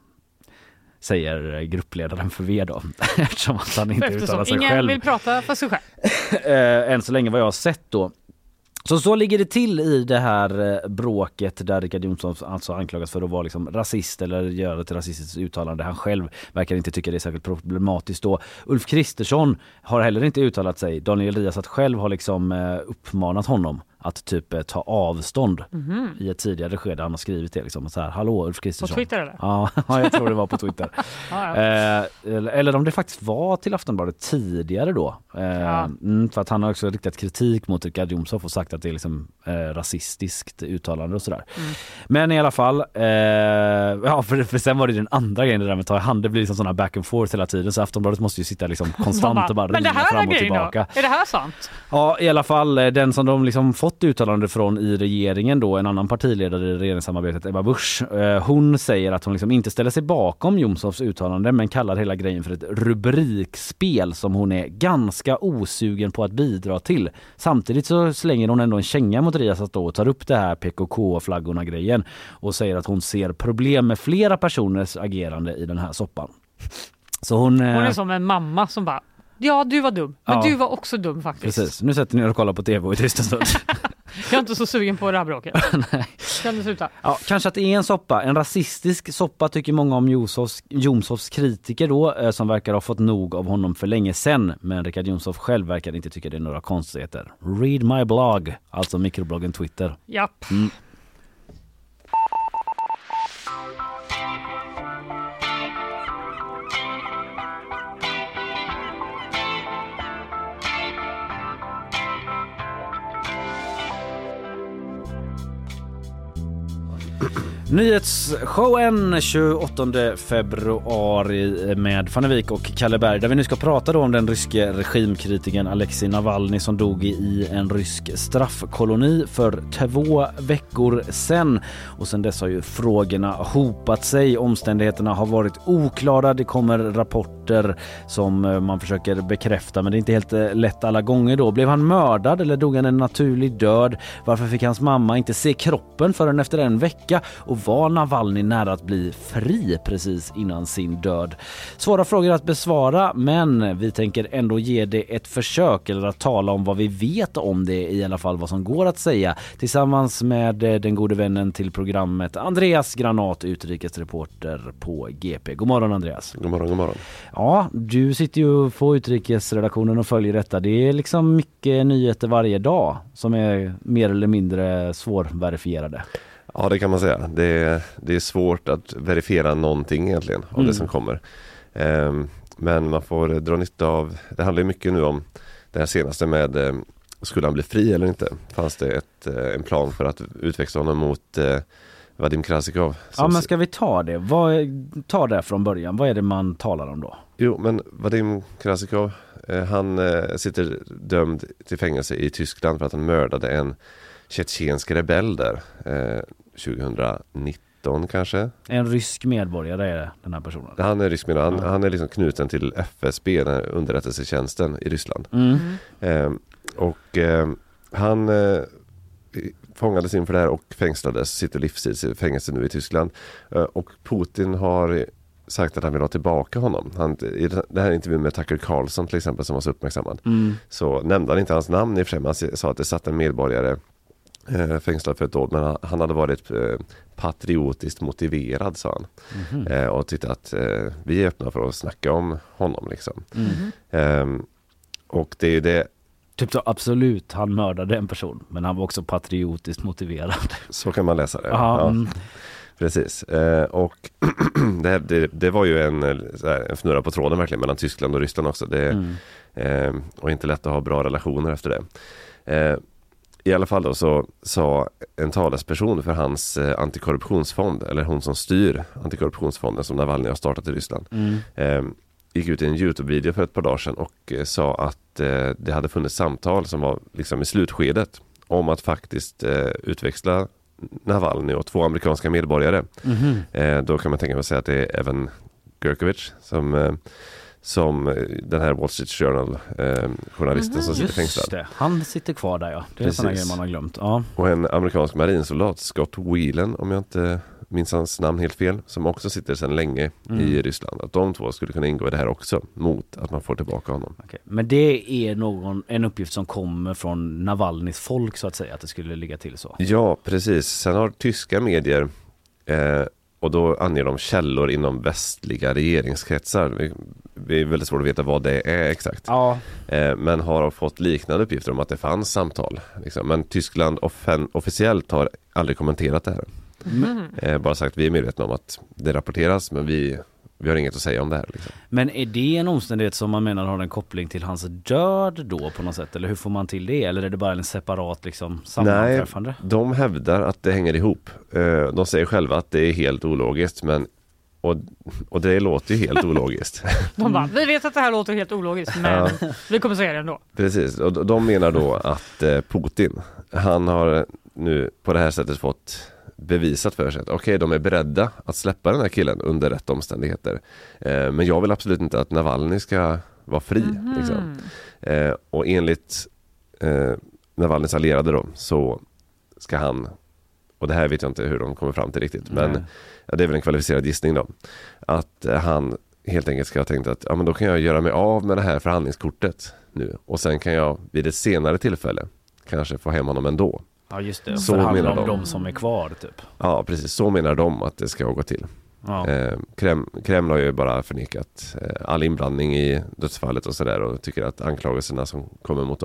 Säger gruppledaren för V då. Eftersom att han inte Eftersom uttalar sig ingen själv. vill prata för sig själv. eh, än så länge vad jag har sett då. Så så ligger det till i det här eh, bråket där Richard Jomshof alltså anklagas för att vara liksom rasist eller göra ett rasistiskt uttalande. Han själv verkar inte tycka det är särskilt problematiskt då. Ulf Kristersson har heller inte uttalat sig. Daniel Riazat själv har liksom eh, uppmanat honom att typ eh, ta avstånd Mhm. i ett tidigare skede. Han har skrivit det liksom så här, hallå Ulf Kristersson. På Twitter eller? Ja, ja, jag tror det var på Twitter. Ja, ja. Eh, eller, eller om det faktiskt var till Aftonbladet tidigare då. Eh, Ja. mm, för att han har också riktat kritik mot Richard Jomshof och sagt att det är liksom eh, rasistiskt uttalande och sådär. Mm. Men i alla fall, eh, ja för, för sen var det den andra grejen det där med att ta i hand. Det blir liksom sådana back and forth hela tiden så Aftonbladet måste ju sitta liksom konstant och bara Men det ringa här fram är och grejen tillbaka. då? Är det här sant? Ja, i alla fall eh, den som de liksom fått uttalande från i regeringen då, en annan partiledare i regeringssamarbetet, Ebba Busch. Eh, hon säger att hon liksom inte ställer sig bakom Jomshofs uttalande men kallar hela grejen för ett rubrikspel som hon är ganska osugen på att bidra till. Samtidigt så slänger hon ändå en känga mot Riazat då och tar upp det här P K K-flaggorna grejen och säger att hon ser problem med flera personers agerande i den här soppan. Så hon, Hon är eh, som en mamma som bara, ja du var dum, men Ja. du var också dum faktiskt. precis. Nu sätter ni er och kollar på tv och i tyst en stund. Jag är inte så sugen på det här bråket. Kan du sluta? Ja, kanske att det är en soppa. En rasistisk soppa tycker många om Jomshofs, Jomshofs kritiker då, eh, som verkar ha fått nog av honom för länge sedan. Men Richard Jomshof själv verkar inte tycka det är några konstigheter. Read my blog, alltså mikrobloggen Twitter. Japp. Mm. Nyhetsshowen tjugoåttonde februari med Fanny Wijk och Kalle Berg, där vi nu ska prata då om den ryske regimkritiken Alexej Navalny som dog i en rysk straffkoloni för två veckor sedan. Och sen dess har ju frågorna hopat sig. Omständigheterna har varit oklara. Det kommer rapporter som man försöker bekräfta, men det är inte helt lätt alla gånger då. Blev han mördad eller dog han en naturlig död? Varför fick hans mamma inte se kroppen förrän efter en vecka? Och var Navalny nära att bli fri precis innan sin död? Svåra frågor att besvara, men vi tänker ändå ge det ett försök, eller att tala om vad vi vet om det, i alla fall vad som går att säga, tillsammans med den gode vännen till programmet Andreas Granat, utrikesreporter på G P. God morgon Andreas. God morgon, god morgon. Ja, du sitter ju på utrikesredaktionen och följer detta. Det är liksom mycket nyheter varje dag som är mer eller mindre svårverifierade. Ja, det kan man säga. Det är, det är svårt att verifiera någonting egentligen av mm. det som kommer. Um, men man får dra nytta av, det handlar ju mycket nu om det här senaste med um, skulle han bli fri eller inte? Fanns det ett, uh, en plan för att utväxla honom mot uh, Vadim Krasikov? Ja, men ska vi ta det? Vad, ta det från början. Vad är det man talar om då? Jo, men Vadim Krasikov, uh, han uh, sitter dömd till fängelse i Tyskland för att han mördade en tjetjensk rebell där uh, tjugohundranitton kanske. En rysk medborgare är det, den här personen. Han är rysk medborgare. Han, ja. han är liksom knuten till F S B, den här underrättelsetjänsten i Ryssland. Mm. Eh, och eh, han eh, fångades inför det här och fängslades, sitter livstids i fängelse nu i Tyskland. Eh, och Putin har sagt att han vill ha tillbaka honom. Han, i den här intervjun med Tucker Carlson till exempel, som var så uppmärksammad, mm. så nämnde han inte hans namn i och för sig, men han sa att det satt en medborgare Eh, fängslad för ett år, men han hade varit eh, patriotiskt motiverad, sa han. Mm-hmm. eh, och tyckte att eh, vi är öppna för att snacka om honom liksom. Mm-hmm. eh, och det är det typ så, absolut, han mördade en person, men han var också patriotiskt motiverad. Så kan man läsa det. Aha, ja. mm. Precis. Eh, och det, det, det var ju en, så här, en fnurra på tråden verkligen mellan Tyskland och Ryssland också. Det, mm. eh, och inte lätt att ha bra relationer efter det. Eh, I alla fall då så sa en talesperson för hans eh, antikorruptionsfond, eller hon som styr antikorruptionsfonden som Navalny har startat i Ryssland, mm. eh, gick ut i en YouTube-video för ett par dagar sedan och eh, sa att eh, det hade funnits samtal som var liksom i slutskedet om att faktiskt eh, utväxla Navalny och två amerikanska medborgare. Mm-hmm. Eh, då kan man tänka sig att säga att det är Evan Gershkovich som... Eh, som den här Wall Street Journal eh, journalisten mm, som sitter fängslad. Det. Han sitter kvar där, ja. Det är sådana grejer man har glömt. Ja. Och en amerikansk marinsoldat, Scott Whelan, om jag inte minns hans namn helt fel, som också sitter sedan länge mm. i Ryssland. Att de två skulle kunna ingå i det här också, mot att man får tillbaka honom. Okay. Men det är någon, en uppgift som kommer från Navalnys folk, så att säga, att det skulle ligga till så. Ja, precis. Sen har tyska medier eh, och då anger de källor inom västliga regeringskretsar. Det är väldigt svårt att veta vad det är exakt. Ja. Eh, men har fått liknande uppgifter om att det fanns samtal. Liksom. Men Tyskland offen- officiellt har aldrig kommenterat det här. Mm. Eh, bara sagt att vi är medvetna om att det rapporteras, men vi, vi har inget att säga om det här. Liksom. Men är det en omständighet som man menar har en koppling till hans död då på något sätt? Eller hur får man till det? Eller är det bara en separat liksom, sammanträffande? Nej, de hävdar att det hänger ihop. Eh, de säger själva att det är helt ologiskt, men Och, och det låter ju helt ologiskt. De bara, vi vet att det här låter helt ologiskt, men ja. vi kommer säga det ändå. Precis, och de menar då att eh, Putin, han har nu på det här sättet fått bevisat för sig att okej, okay, de är beredda att släppa den här killen under rätt omständigheter. Eh, men jag vill absolut inte att Navalny ska vara fri. Mm-hmm. Liksom. Eh, och enligt eh, Navalnys allierade då, så ska han, och det här vet jag inte hur de kommer fram till riktigt, men Nej. ja, det är väl en kvalificerad gissning då, att eh, han helt enkelt ska ha tänkt att ja, men då kan jag göra mig av med det här förhandlingskortet nu, och sen kan jag vid ett senare tillfälle kanske få hem honom ändå. Ja, just det. Så förhandla menar om de. de som är kvar typ. Ja, precis. Så menar de att det ska gå till. Ja. Eh, Krem, Kreml har ju bara förnekat eh, all inblandning i dödsfallet och sådär, och tycker att anklagelserna som kommer mot dem är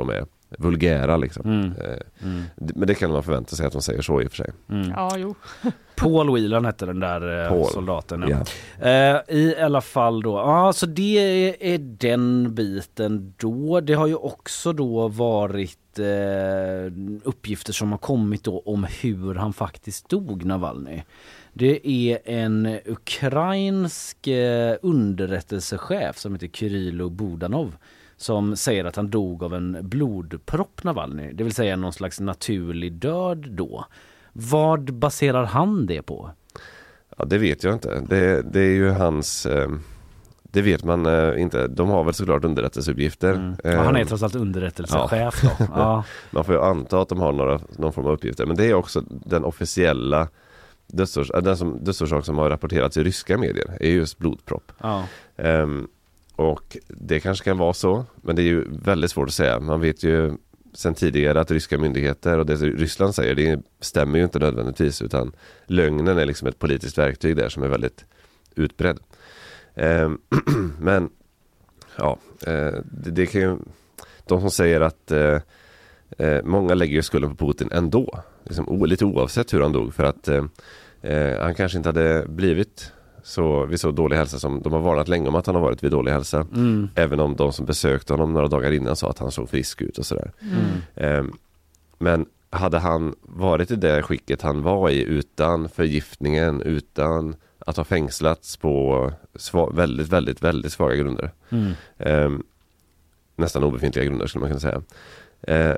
vulgära liksom. Mm. Eh, mm. Men det kan man förvänta sig att de säger så i och för sig. Mm. Ja, jo. Paul Whelan hette den där eh, Paul. soldaten. Ja. Yeah. Eh, I alla fall då. Ja, så det är, är den biten då. Det har ju också då varit eh, uppgifter som har kommit då om hur han faktiskt dog, Navalny. Det är en ukrainsk eh, underrättelsechef som heter Kyrylo Budanov som säger att han dog av en blodpropp, Navalny. Det vill säga någon slags naturlig död då. Vad baserar han det på? Ja, det vet jag inte. Det, det är ju hans... Eh, det vet man eh, inte. De har väl såklart underrättelseuppgifter. Mm. Ja, han är trots allt underrättelsechef ja. då. Ja. Man får ju anta att de har några, någon form av uppgifter. Men det är också den officiella dödsors, den som, dödsorsak som har rapporterats i ryska medier. Är just blodpropp. Ja. Um, och det kanske kan vara så. Men det är ju väldigt svårt att säga. Man vet ju sen tidigare att ryska myndigheter och det Ryssland säger, det stämmer ju inte nödvändigtvis, utan lögnen är liksom ett politiskt verktyg där som är väldigt utbredd. Eh, men ja, eh, det, det kan ju, de som säger att eh, eh, många lägger ju skulden på Putin ändå, liksom, o, lite oavsett hur han dog, för att eh, eh, han kanske inte hade blivit så vid så dålig hälsa som de har varnat länge om att han har varit vid dålig hälsa. Mm. Även om de som besökte honom några dagar innan sa att han såg frisk ut och sådär. Mm. Eh, men hade han varit i det skicket han var i utan förgiftningen, utan att ha fängslats på sva- väldigt, väldigt, väldigt svaga grunder. Mm. Eh, nästan obefintliga grunder skulle man kunna säga. Eh,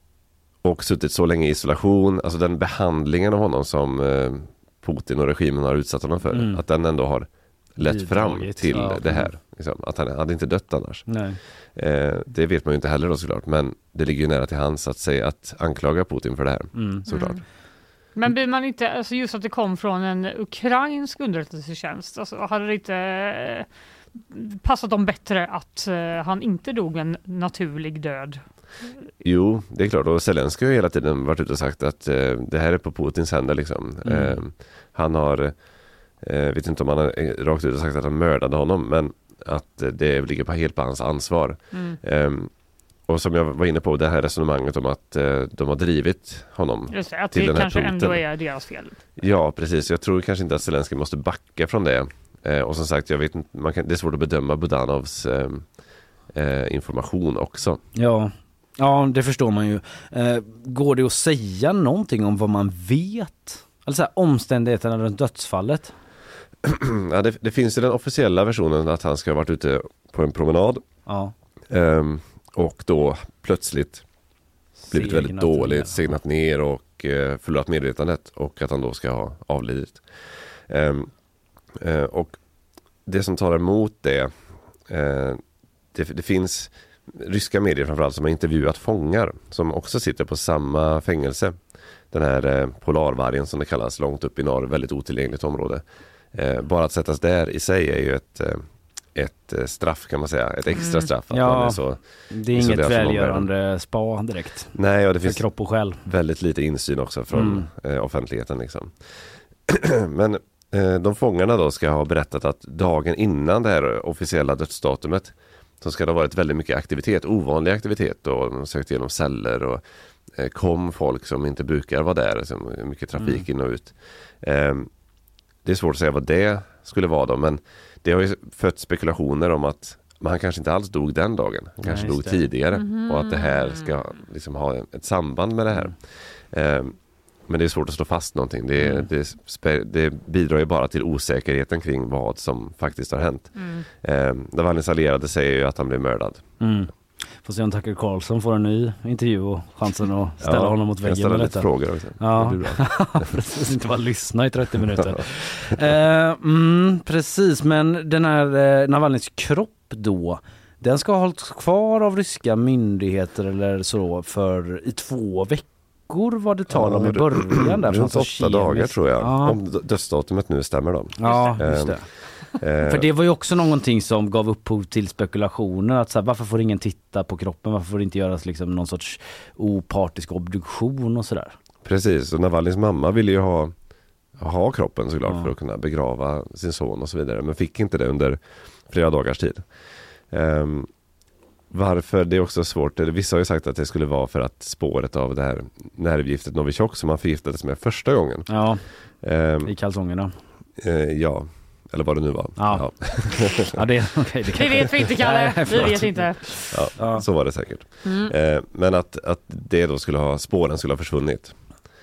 och suttit så länge i isolation, alltså den behandlingen av honom som eh, Putin och regimen har utsatt honom för, mm. att den ändå har lett fram till ja, det här. Liksom, att han hade inte dött annars. Nej. Eh, det vet man ju inte heller då såklart, men det ligger ju nära till hands att säga att anklaga Putin för det här, mm. såklart. Mm. Men blir man inte, alltså just att det kom från en ukrainsk underrättelsetjänst, alltså hade det inte eh, passat dem bättre att eh, han inte dog en naturlig död? Jo, det är klart. Och Zelenskyj har hela tiden varit ute och sagt att eh, det här är på Putins händer liksom. Mm. Eh, han har, eh, vet inte om han har rakt ut och sagt att han mördade honom, men att eh, det ligger på, helt på hans ansvar. Mm. Eh, och som jag var inne på, det här resonemanget om att eh, de har drivit honom Just det, att till det den här kanske punkten. Ändå är deras fel. Ja, precis. Jag tror kanske inte att Zelenskyj måste backa från det. Eh, och som sagt, jag vet inte, man kan, det är svårt att bedöma Budanovs eh, eh, information också. Ja. Ja, det förstår man ju. Eh, går det att säga någonting om vad man vet? Alltså omständigheterna runt dödsfallet? Ja, det, det finns ju den officiella versionen att han ska ha varit ute på en promenad. Ja. Eh, och då plötsligt blivit segnat väldigt dåligt, ner. segnat ner och eh, förlorat medvetandet, och att han då ska ha avlidit. Eh, eh, och det som talar emot det, eh, det, det finns ryska medier framförallt som har intervjuat fångar som också sitter på samma fängelse. Den här eh, polarvargen som det kallas, långt upp i norr, väldigt otillgängligt område. Eh, bara att sättas där i sig är ju ett, eh, ett straff kan man säga, ett extra straff. Att ja, man är så, det är inget välgörande spa direkt. Nej, och det för finns kropp och själ. Väldigt lite insyn också från mm. eh, offentligheten liksom. Men eh, de fångarna då ska ha berättat att dagen innan det här officiella dödsdatumet så ska det ha varit väldigt mycket aktivitet, ovanlig aktivitet, och de sökte igenom celler och eh, kom folk som inte brukar vara där, liksom, mycket trafik mm. in och ut. Eh, det är svårt att säga vad det skulle vara då, men det har ju fött spekulationer om att man kanske inte alls dog den dagen, han kanske Nej, dog tidigare mm-hmm. och att det här ska liksom ha ett samband med det här. Mm. Eh, men det är svårt att slå fast någonting. Det, mm. det, det bidrar ju bara till osäkerheten kring vad som faktiskt har hänt. Mm. Eh, Navalnys allierade säger ju att han blev mördad. Mm. Får se om Tucker Carlson får en ny intervju och chansen att ställa ja, honom mot väggen. Ställa lite frågor också. Ja, precis. Inte bara lyssna i trettio minuter. eh, mm, precis, men den här eh, Navalnys kropp då, den ska ha hållits kvar av ryska myndigheter eller så för i två veckor. Var det tal om ja, i början där, runt åtta kemiskt. dagar tror jag. Ja. Om dödsdatumet nu stämmer då. Ja, just det. Eh, För det var ju också någonting som gav upphov till spekulationer att så här, varför får ingen titta på kroppen, varför får det inte göras liksom någon sorts opartisk obduktion och sådär. Precis, och Navalnys mamma ville ju ha, ha kroppen såklart ja. för att kunna begrava sin son och så vidare, men fick inte det under flera dagars tid. Um, varför det är också svårt. Vissa har ju sagt att det skulle vara för att spåret av det här nervgiftet Novichok som man förgiftades med första gången. Ja, um, i kalsongerna. Uh, ja, eller vad det nu var. Ja, ja. ja det, okay, det det vet vi inte, Kalle. Nej, vi vet inte. Ja, ja, så var det säkert. Mm. Uh, men att, att det då skulle ha, spåren skulle ha försvunnit.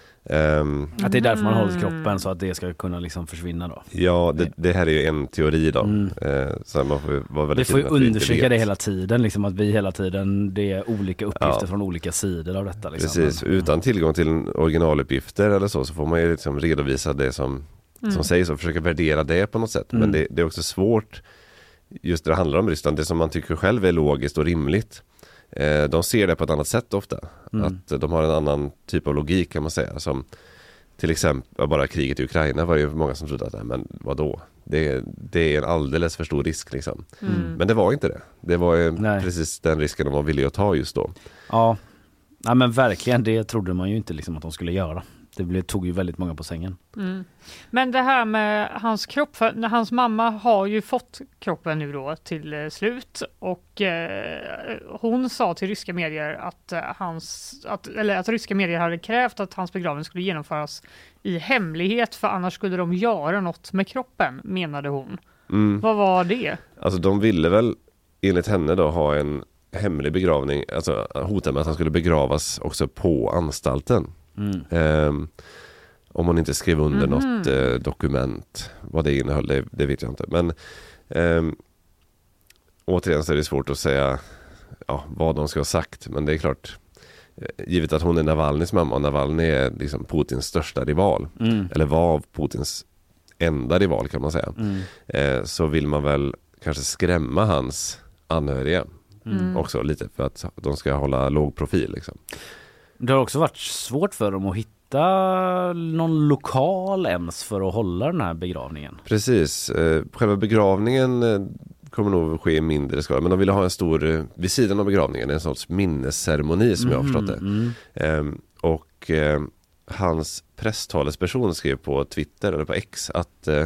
Um, att det är därför man håller kroppen så att det ska kunna liksom försvinna då. Ja, det, det här är ju en teori då. Mm. Uh, så man får vara väldigt vi får ju undersöka det hela tiden liksom, att vi hela tiden, det är olika uppgifter ja. från olika sidor av detta liksom. Precis, men, utan tillgång till originaluppgifter eller så så får man ju liksom redovisa det som, mm. som sägs och försöka värdera det på något sätt. Mm. Men det, det är också svårt just det handlar om Ryssland, det som man tycker själv är logiskt och rimligt. De ser det på ett annat sätt ofta. Mm. Att de har en annan typ av logik kan man säga. Som till exempel bara kriget i Ukraina var det ju många som trodde att nej, men vadå? Det, det är en alldeles för stor risk liksom. Mm. Men det var inte det. Det var ju precis den risken de var villiga att ta just då. Ja, ja men verkligen det trodde man ju inte liksom att de skulle göra. Det blev, tog ju väldigt många på sängen. Mm. Men det här med hans kropp, för när hans mamma har ju fått kroppen nu då till eh, slut och eh, hon sa till ryska medier att, eh, hans, att, eller att ryska medier hade krävt att hans begravning skulle genomföras i hemlighet för annars skulle de göra något med kroppen, menade hon. Mm. Vad var det? Alltså de ville väl enligt henne då ha en hemlig begravning, alltså hota med att han skulle begravas också på anstalten. Mm. Um, om hon inte skrev under mm-hmm. något uh, dokument vad det innehöll, det, det vet jag inte men um, återigen så är det svårt att säga ja, vad de ska ha sagt, men det är klart givet att hon är Navalnys mamma och Navalny är liksom Putins största rival mm. eller var Putins enda rival kan man säga mm. uh, så vill man väl kanske skrämma hans anhöriga mm. också lite för att de ska hålla låg profil liksom. Det har också varit svårt för dem att hitta någon lokal ens för att hålla den här begravningen. Precis. Själva begravningen kommer nog ske i mindre skala. Men de ville ha en stor, vid sidan av begravningen, en sorts minnesceremoni som mm, jag har förstått det. Mm. Ehm, och eh, hans presstalesperson skrev på Twitter eller på X att eh,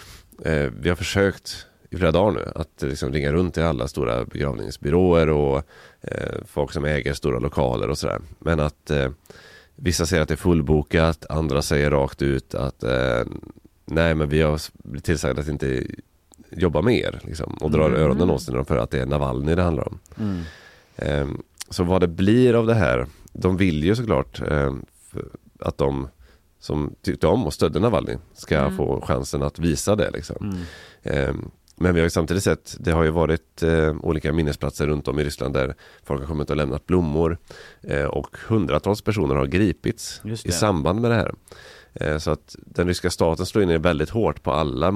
vi har försökt i flera dagar nu att liksom ringa runt till alla stora begravningsbyråer och eh, folk som äger stora lokaler och sådär. Men att eh, vissa säger att det är fullbokat, andra säger rakt ut att eh, nej men vi har blivit tillsagda att inte jobba mer liksom, och drar mm. öronen åt sig för att det är Navalny det handlar om. Mm. Eh, så vad det blir av det här, de vill ju såklart eh, att de som tyckte om och stödde Navalny ska mm. få chansen att visa det liksom. Mm. Eh, Men vi har ju samtidigt sett, det har ju varit eh, olika minnesplatser runt om i Ryssland där folk har kommit och lämnat blommor eh, och hundratals personer har gripits i samband med det här. Eh, så att den ryska staten slår in väldigt hårt på alla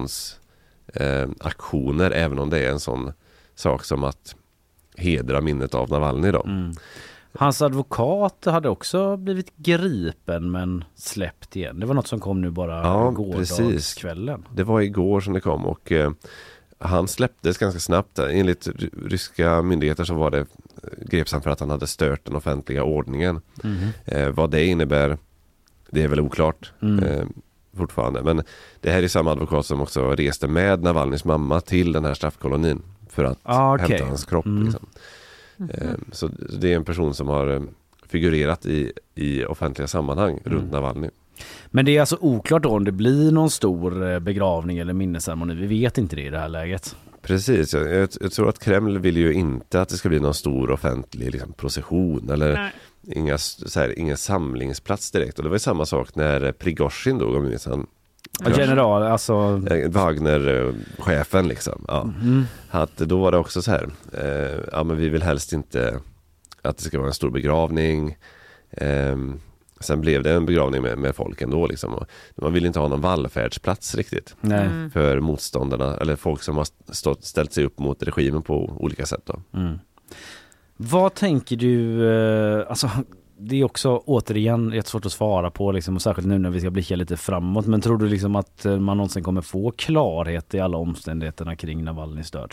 motståndsaktioner eh, även om det är en sån sak som att hedra minnet av Navalny då. Mm. Hans advokat hade också blivit gripen men släppt igen. Det var något som kom nu bara ja, gårdagskvällen. Det var igår som det kom och eh, han släpptes ganska snabbt. Enligt ryska myndigheter så var det greps han för att han hade stört den offentliga ordningen. Mm. Eh, vad det innebär, det är väl oklart mm. eh, fortfarande. Men det här är samma advokat som också reste med Navalnys mamma till den här straffkolonin för att ah, okay. hämta hans kropp mm. liksom. Mm-hmm. Så det är en person som har figurerat i, i offentliga sammanhang mm. runt Navalny. Men det är alltså oklart då om det blir någon stor begravning eller minnesceremoni. Vi vet inte det i det här läget. Precis, jag, jag, jag tror att Kreml vill ju inte att det ska bli någon stor offentlig liksom, procession eller inga, så här, ingen samlingsplats direkt. Och det var ju samma sak när Prigozhin dog om han Ja, general, alltså Wagner-chefen liksom. Ja. Mm. Att då var det också så här. Eh, ja, men vi vill helst inte att det ska vara en stor begravning. Eh, sen blev det en begravning med, med folk ändå liksom. Och man vill inte ha någon vallfärdsplats riktigt. Nej. För motståndarna eller folk som har stått, ställt sig upp mot regimen på olika sätt då. Mm. Vad tänker du, eh, alltså det är också återigen rätt svårt att svara på liksom, och särskilt nu när vi ska blicka lite framåt. Men tror du liksom att man någonsin kommer få klarhet i alla omständigheterna kring Navalnys död?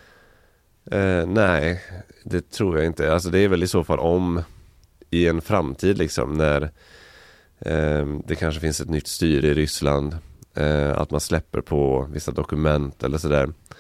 Eh, nej, det tror jag inte. Alltså det är väl i så fall om i en framtid liksom när eh, det kanske finns ett nytt styre i Ryssland, eh, att man släpper på vissa dokument eller sådär.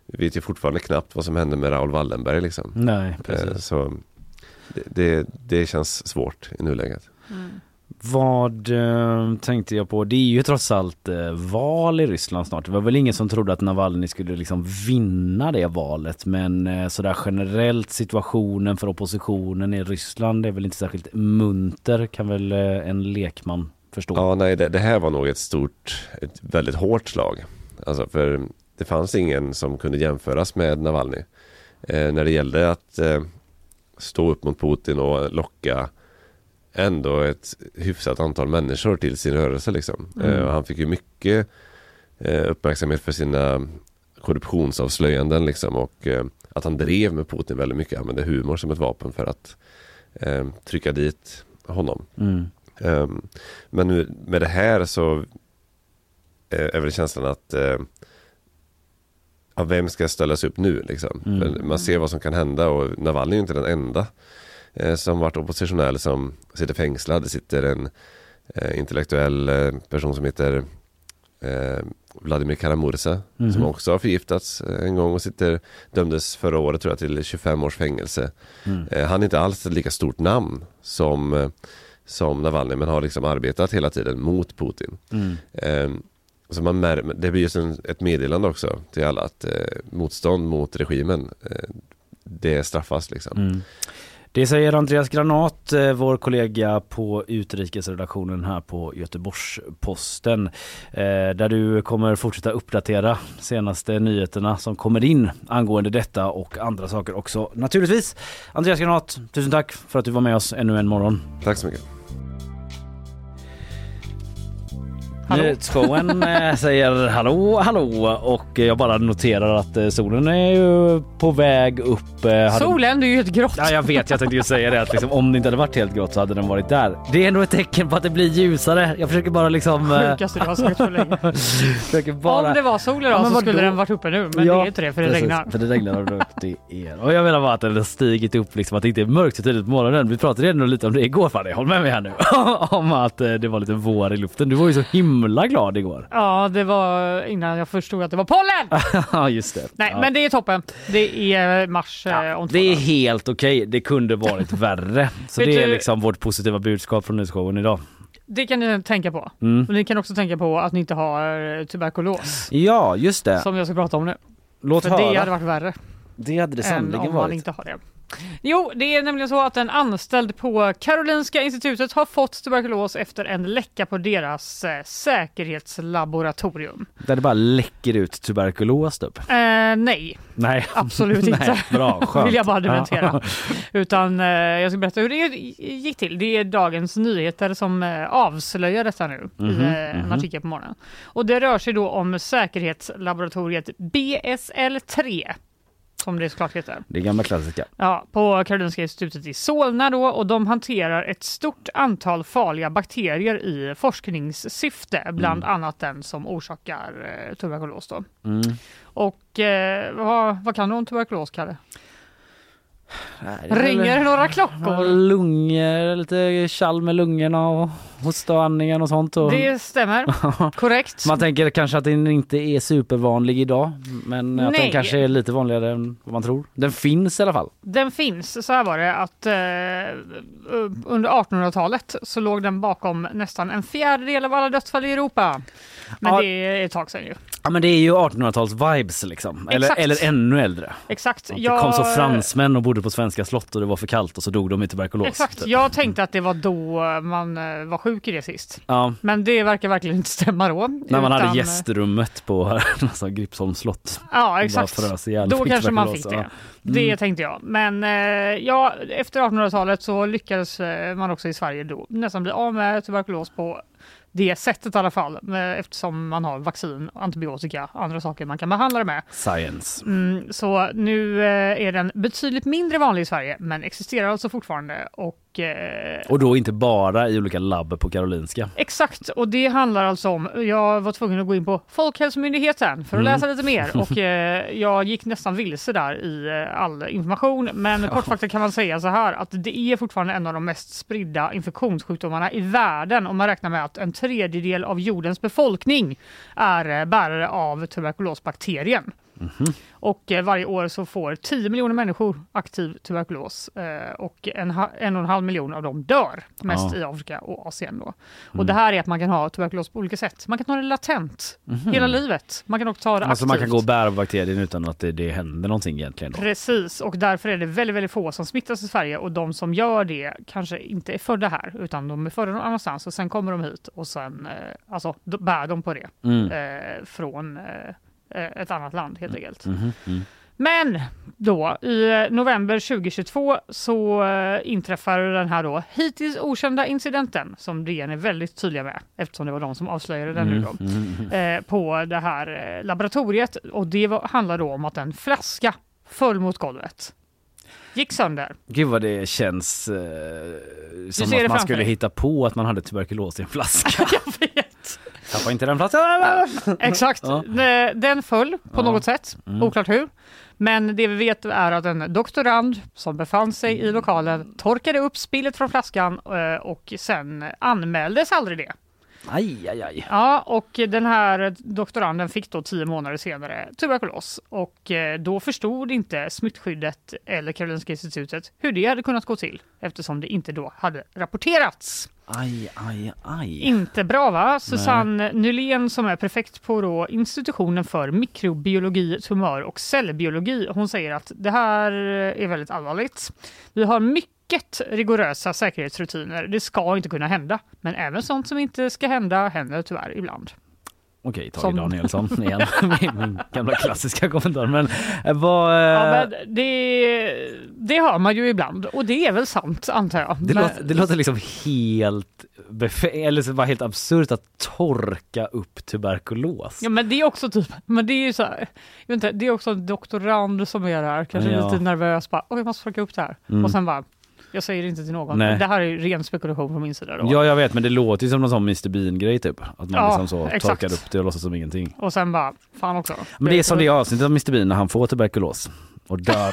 vi vet ju fortfarande knappt vad som hände med Raoul Wallenberg liksom. Nej, precis. Så det, det, det känns svårt i nuläget. Mm. Vad eh, tänkte jag på? Det är ju trots allt eh, val i Ryssland snart. Det var väl ingen som trodde att Navalny skulle liksom vinna det valet. Men eh, sådär generellt situationen för oppositionen i Ryssland är väl inte särskilt munter, kan väl eh, en lekman förstå. Ja, nej, det, det här var nog ett stort, ett väldigt hårt slag. Alltså för det fanns ingen som kunde jämföras med Navalny. Eh, när det gällde att eh, stå upp mot Putin och locka ändå ett hyfsat antal människor till sin rörelse liksom. Mm. Eh, och han fick ju mycket eh, uppmärksamhet för sina korruptionsavslöjanden liksom, och eh, att han drev med Putin väldigt mycket, använde humor som ett vapen för att eh, trycka dit honom. Mm. Eh, men nu med det här så eh, är väl känslan att eh, ja, vem ska ställas upp nu liksom? Mm. Man ser vad som kan hända, och Navalny är ju inte den enda som varit oppositionell som sitter fängslad. Det sitter en eh, intellektuell eh, person som heter eh, Vladimir Kara-Murza mm-hmm. som också har förgiftats eh, en gång och sitter, dömdes förra året tror jag till tjugofem års fängelse. Mm. Eh, han är inte alls ett lika stort namn som, eh, som Navalny, men har liksom arbetat hela tiden mot Putin. Mm. Eh, så man mär- det blir ju ett meddelande också till alla att eh, motstånd mot regimen eh, det straffas liksom. Mm. Det säger Andreas Granat, vår kollega på utrikesredaktionen här på Göteborgs-Posten, där du kommer fortsätta uppdatera senaste nyheterna som kommer in angående detta och andra saker också. Naturligtvis, Andreas Granat, tusen tack för att du var med oss ännu en morgon. Tack så mycket. Nyhetsshowen säger hallå, hallå, och jag bara noterar att solen är ju på väg upp. Solen, det är ju helt grått. Ja, jag vet, jag tänkte ju säga det att liksom, om det inte hade varit helt grått så hade den varit där. Det är ändå ett tecken på att det blir ljusare. Jag försker bara liksom... Sjukaste du har sagt för länge. försöker bara... Om det var sol idag ja, så skulle den varit uppe nu, men ja, det är inte det för det precis, regnar. För det regnar och det är. Och jag menar bara att den har stigit upp liksom, att det inte är mörkt så tidigt på morgonen. Vi pratade redan lite om det igår, fan, håll med mig här nu. om att det var lite vår i luften. Du var ju så himla glad igår. Ja, det var innan jag förstod att det var pollen. Ja, just det. Nej, ja. Men det är toppen. Det är mars ja, om två Det är dagar. helt okej. Okay. Det kunde varit värre. Så det är liksom vårt positiva budskap från nyhetsshowen idag. Det kan ni tänka på. Mm. Och ni kan också tänka på att ni inte har tuberkulos. Ja, just det. Som jag ska prata om nu. Låt För höra. det hade varit värre. Det hade det sannolikt varit. Man inte har det. Jo, det är nämligen så att en anställd på Karolinska institutet har fått tuberkulos efter en läcka på deras eh, säkerhetslaboratorium. Där det bara läcker ut tuberkulos typ? Eh, nej. Nej. Absolut inte. Nej, bra, skönt. Vill jag bara dementera. Utan eh, jag ska berätta hur det gick till. Det är Dagens Nyheter som eh, avslöjar detta nu mm-hmm, i eh, en mm-hmm. artikel på morgonen. Och det rör sig då om säkerhetslaboratoriet B S L tre. Som det såklart heter. Det är gamla klassiska. Ja, på Karolinska institutet i Solna då, och de hanterar ett stort antal farliga bakterier i forskningssyfte, bland mm. annat den som orsakar eh, tuberkulos då. Mm. Och eh, vad, vad kan du om tuberkulos, Kalle? Nej, ringer eller, några klockor? Lungor, lite kall med lungorna och hosta och andningen och sånt. Och... Det stämmer, korrekt. Man tänker kanske att den inte är supervanlig idag, men att Nej. den kanske är lite vanligare än vad man tror. Den finns i alla fall. Den finns, så här var det att eh, under artonhundratalet så låg den bakom nästan en fjärdedel av alla dödsfall i Europa. Men ja. Det är ett tag sedan ju. Ja, men det är ju artonhundratals vibes liksom. Eller, eller ännu äldre. Exakt. Att det jag... kom så fransmän och bodde på svenska slott och det var för kallt och så dog de i tuberkulos. Exakt. Typ. Jag tänkte att det var då man var sjuk i det sist. Ja. Men det verkar verkligen inte stämma då. När man utan... hade gästrummet på alltså, Gripsholms slott. Ja, exakt. Då kanske man fick det. Mm. Det tänkte jag. Men ja, efter artonhundratalet så lyckades man också i Sverige då nästan bli av med tuberkulos på det sättet i alla fall, eftersom man har vaccin, antibiotika, andra saker man kan behandla det med. Science. Mm, så nu eh, är den betydligt mindre vanlig i Sverige, men existerar alltså fortfarande. Och, eh, och då inte bara i olika labb på Karolinska. Exakt, och det handlar alltså om, jag var tvungen att gå in på Folkhälsomyndigheten för att mm. läsa lite mer. Och eh, jag gick nästan vilse där i eh, all information, men kortfattat kan man säga så här, att det är fortfarande en av de mest spridda infektionssjukdomarna i världen, och man räknar med att en tredjedel av jordens befolkning är bärare av tuberkulosbakterien. Mm-hmm. Och eh, varje år så får tio miljoner människor aktiv tuberkulos eh, och en, ha- en och en halv miljon av dem dör, mest Ja. i Afrika och Asien då. Och Mm. det här är att man kan ha tuberkulos på olika sätt. Man kan ta det latent Mhm. hela livet. Man kan också ta det Alltså aktivt. man kan gå och bära på bakterien utan att det, det händer någonting egentligen. Då. Precis, och därför är det väldigt, väldigt få som smittas i Sverige och de som gör det kanske inte är födda här utan de är födda någon annanstans och sen kommer de hit och sen eh, alltså, då bär de på det Mm. eh, från eh, ett annat land helt enkelt. Mhm, mm. Men då i november tjugohundratjugotvå så eh, inträffar den här då hittills okända incidenten som D N är väldigt tydliga med eftersom det var de som avslöjade den nu då. Mm, mm, mm. Eh, på det här eh, laboratoriet och det var, handlar då om att en flaska föll mot golvet. Gick sönder. Gud vad det känns eh, som ser det att man framför skulle dig. hitta på att man hade tuberkulos i en flaska. Jag vet. Tappa inte den flaskan. Exakt. Ja. Eh, Den föll på Ja. något sätt. Mm. Oklart hur. Men det vi vet är att en doktorand som befann sig i lokalen torkade upp spillet från flaskan eh, och sen anmäldes aldrig det. Aj, aj, aj. Ja, och den här doktoranden fick då tio månader senare tuberkulos och eh, då förstod inte smittskyddet eller Karolinska institutet hur det hade kunnat gå till eftersom det inte då hade rapporterats. Aj, aj, aj. Inte bra va? Susanne Nylén som är prefekt på då institutionen för mikrobiologi, tumör och cellbiologi. Hon säger att det här är väldigt allvarligt. Vi har mycket rigorösa säkerhetsrutiner. Det ska inte kunna hända. Men även sånt som inte ska hända händer tyvärr ibland. Okej, Tage Som- Danielsson igen. min, min gamla klassiska kommentar. Men eh, vad... Eh, Ja, men det, det hör man ju ibland och det är väl sant antar jag. det, men, låter, det låter liksom helt befe- eller så var helt absurt att torka upp tuberkulos. Ja men det är också typ, men det är ju så här, jag vet inte, det är också en doktorand som är där, kanske Ja. lite nervös bara, åh jag måste försöka upp det här. Mm. Och sen bara, jag säger inte till någon. Nej. Det här är ju ren spekulation från min sida då. Ja, jag vet, men det låter ju som någon sån mister Bean-grej typ. Att man Ja, liksom så exakt. torkar upp det och låtsas som ingenting. Och sen bara, fan också. Men det är som det avsnittet av mister Bean när han får tuberkulos och dör.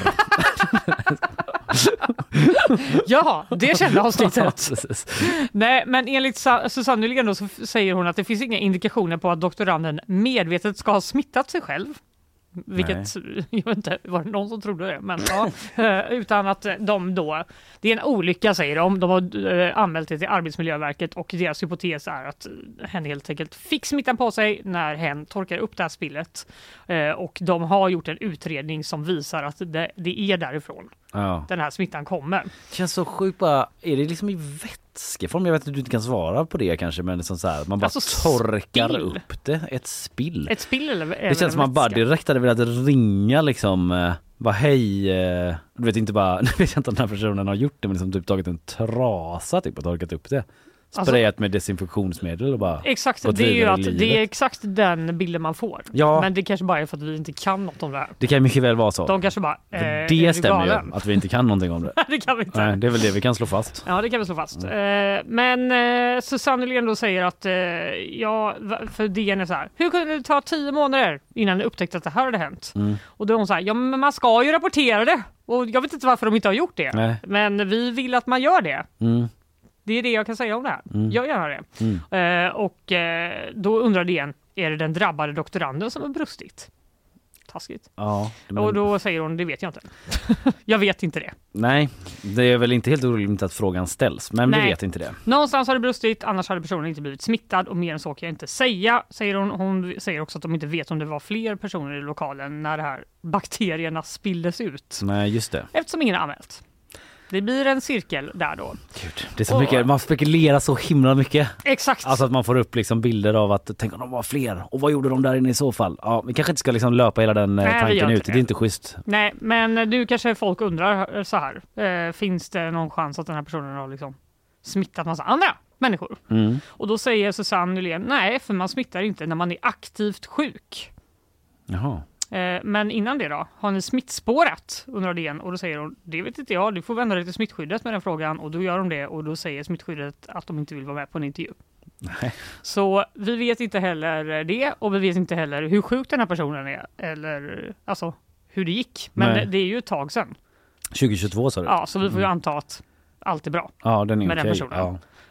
Ja, det kände avsnittet. Precis. Nej, men enligt Sa- Susanne Nylén då så f- säger hon att det finns inga indikationer på att doktoranden medvetet ska ha smittat sig själv. Vilket, jag vet inte, var det någon som trodde det? Men ja, eh, utan att de då, det är en olycka säger de, de har eh, anmält det till Arbetsmiljöverket och deras hypotes är att hen helt enkelt fick smittan på sig när hen torkar upp det här spillet. Eh, och de har gjort en utredning som visar att det, det är därifrån Ja. den här smittan kommer. Det känns så sjukt bara, är det liksom i vätskeform? Jag vet att du inte kan svara på det kanske, men det är som så här, man bara Alltså, torkar spill. upp det, ett spill. Ett spill eller Det känns som man bara direkt hade velat ringa liksom, eh, bara hej, eh, du vet inte bara, nu vet jag inte om den här personen har gjort det, men liksom typ tagit en trasa typ och torkat upp det. Sprayat Alltså- med desinfektionsmedel och bara Exakt, gått det är ju vidare i att livet. det är exakt den bilden man får. Ja. Men det kanske bara är för att vi inte kan något om det här. Det kan mycket väl vara så. De kanske bara, eh, För är det du stämmer galen? ju, att vi inte kan någonting om det. Det kan vi inte. Nej, det är väl det vi kan slå fast. Ja, det kan vi slå fast. Eh, men eh, Susanne Nylén då säger att eh, ja, va- för D N är så här, hur kunde det ta tio månader innan ni upptäckte att det här hade hänt? Mm. Och då är hon så här, ja men man ska ju rapportera det. Och jag vet inte varför de inte har gjort det. Nej. Men vi vill att man gör det. Mm. Det är det jag kan säga om det här. Mm. Jag gör det. Mm. Eh, och eh, då undrar D N, är det den drabbade doktoranden som har brustit? Taskigt. Ja, men- Och då säger hon, det vet jag inte. Jag vet inte det. Nej, det är väl inte helt orimligt att frågan ställs, men Nej. vi vet inte det. Någonstans har det brustit, annars hade personen inte blivit smittad och mer än så kan jag inte säga, säger hon. Hon säger också att de inte vet om det var fler personer i lokalen när de här bakterierna spilldes ut. Nej, just det. Eftersom ingen har anmält. Det blir en cirkel där då. Gud, det är så Och- mycket, man spekulerar så himla mycket. Exakt. Alltså att man får upp liksom bilder av att, tänk om de var fler, och vad gjorde de där inne i så fall? Ja, vi kanske inte ska liksom löpa hela den eh, Nej, vi tanken gör ut, inte det. det. är inte schysst. Nej, men nu kanske folk undrar så här. Eh, finns det någon chans att den här personen har liksom smittat massa andra människor? Mm. Och då säger Susanne Nylén, nej, för man smittar inte när man är aktivt sjuk. Jaha. Eh, men innan det då, har ni smittspårat? Undrar det igen. Och då säger hon, det vet inte jag, du får vända dig till smittskyddet med den frågan. Och då gör de det och då säger smittskyddet att de inte vill vara med på en intervju. Nej. Så vi vet inte heller det och vi vet inte heller hur sjuk den här personen är. Eller alltså hur det gick. Men Nej. det, det är ju ett tag sedan. tjugohundratjugotvå sa du? Ja, så vi får ju Mm. anta att allt är bra Ja, den är med den okej. personen. Ja.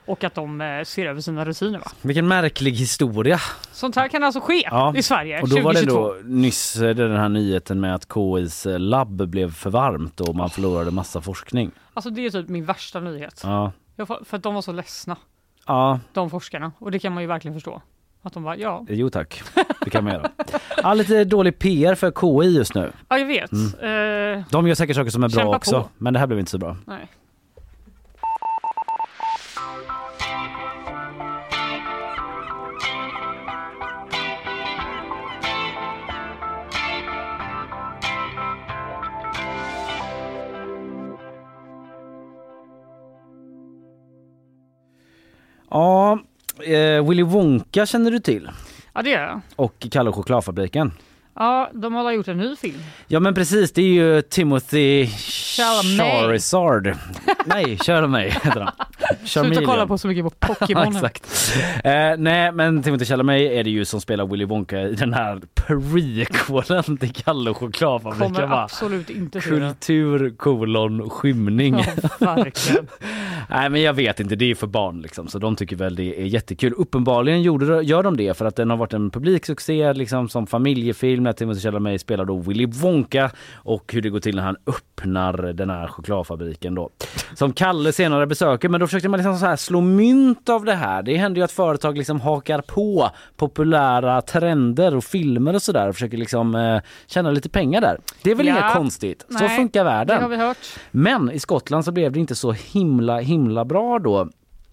och att de eh, ser över sina rutiner. Va? Vilken märklig historia. Sånt här kan alltså ske ja. i Sverige och då tjugohundratjugotvå. Var det då nyss den här nyheten med att K I:s labb blev för varmt och man förlorade massa forskning. Alltså det är typ min värsta nyhet. Ja. För att de var så ledsna. Ja. De forskarna. Och det kan man ju verkligen förstå. Att de bara, ja. Jo tack, det kan man göra. Ja, lite dålig P R för K I just nu. Ja, jag vet. Mm. Uh, de gör säkert saker som är bra också. På. Men det här blev inte så bra. Nej. Ja, eh, Willy Wonka känner du till? Ja, det är jag. Och Kalle och chokladfabriken. Ja, de har gjort en ny film. Ja, men precis. Det är ju Timothy Charizard. Nej, Chalamet heter han. Sluta kolla på så mycket på Pokémon. Ja, exakt. Eh, nej, men Timothy Chalamet är det ju som spelar Willy Wonka i den här prequelen till Kalle och chokladfabriken. Kommer absolut inte se Kultur, kolon, skymning. Ja, verkligen. Nej, men jag vet inte. Det är för barn liksom. Så de tycker väl det är jättekul. Uppenbarligen gjorde, gör de det för att den har varit en publiksuccé liksom, som familjefilm när Timothy Chalamet spelar då Willy Wonka och hur det går till när han öppnar den här chokladfabriken då. Som Kalle senare besöker, men då försökte man liksom så här slå mynt av det här. Det händer ju att företag liksom hakar på populära trender och filmer och sådär och försöker liksom eh, tjäna lite pengar där. Det är väl ja. inget konstigt. Så Nej, funkar världen. Det har vi hört. Men i Skottland så blev det inte så himla himla bra då.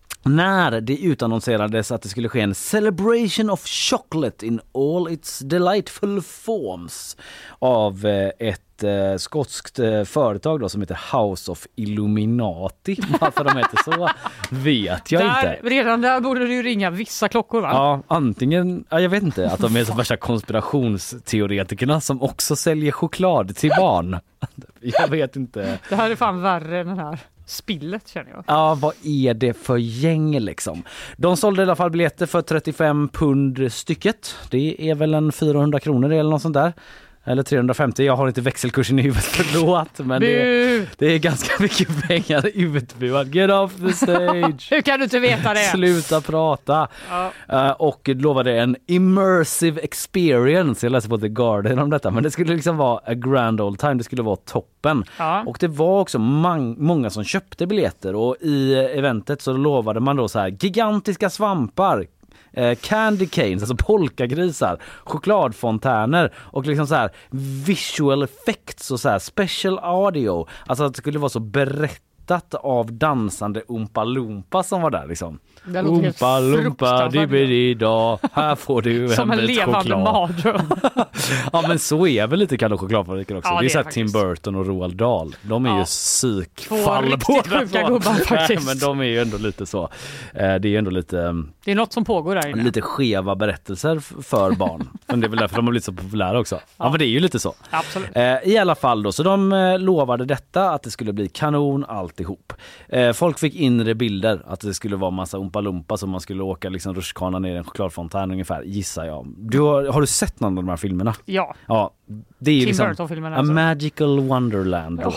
När det utannonserades att det skulle ske en celebration of chocolate in all its delightful forms av ett eh, skotskt eh, företag då, som heter House of Illuminati. Varför de heter så vet jag där, inte. Redan där borde det ju ringa vissa klockor, va? Ja, antingen, ja, jag vet inte, att de är så värsta konspirationsteoretikerna som också säljer choklad till barn. Jag vet inte. Det här är fan värre än den här spillet, känner jag. Ja, vad är det för gäng liksom? De sålde i alla fall biljetter för trettiofem pund stycket. Det är väl en fyrahundra kronor eller något sånt där. Eller trehundrafemtio, jag har inte växelkursen i huvudet, förlåt. Men det är, det är ganska mycket pengar utbuad. Get off the stage. Hur kan du inte veta det? Sluta prata. Ja. Uh, och lovade en immersive experience. Jag läste på The Guardian om detta. Men det skulle liksom vara a grand old time. Det skulle vara toppen. Ja. Och det var också mang- många som köpte biljetter. Och i eventet så lovade man då så här gigantiska svampar. Eh, candy canes, alltså polkagrisar, chokladfontäner och liksom så här visual effects och så här special audio. Alltså att det skulle vara så berättat av dansande Oompa Loompa som var där liksom. Oompa Loompa dibidi-da, här får du som en levande choklad. Mardröm. Ja, men så är väl lite Kalle och chokladfabriken också. Ja, det är, det är så här faktiskt. Tim Burton och Roald Dahl. De är Ja. ju psykfall Två riktigt sjuka gubbar faktiskt. Men de är ju ändå lite så. Eh, det är ändå lite... Det är något som pågår där inne. Lite skeva berättelser f- för barn. Men det är väl därför de har blivit så populära också. Ja, ja, men det är ju lite så. Absolut. Eh, I alla fall då, så de eh, lovade detta, att det skulle bli kanon alltihop. Eh, folk fick inre bilder att det skulle vara massa Oompa Loompa som man skulle åka liksom rutschkana ner i en chokladfontän ungefär, gissar jag. Du har, har du sett någon av de här filmerna? Ja. Ja, det är Tim liksom Burton-filmerna a alltså. magical wonderland då. Oh.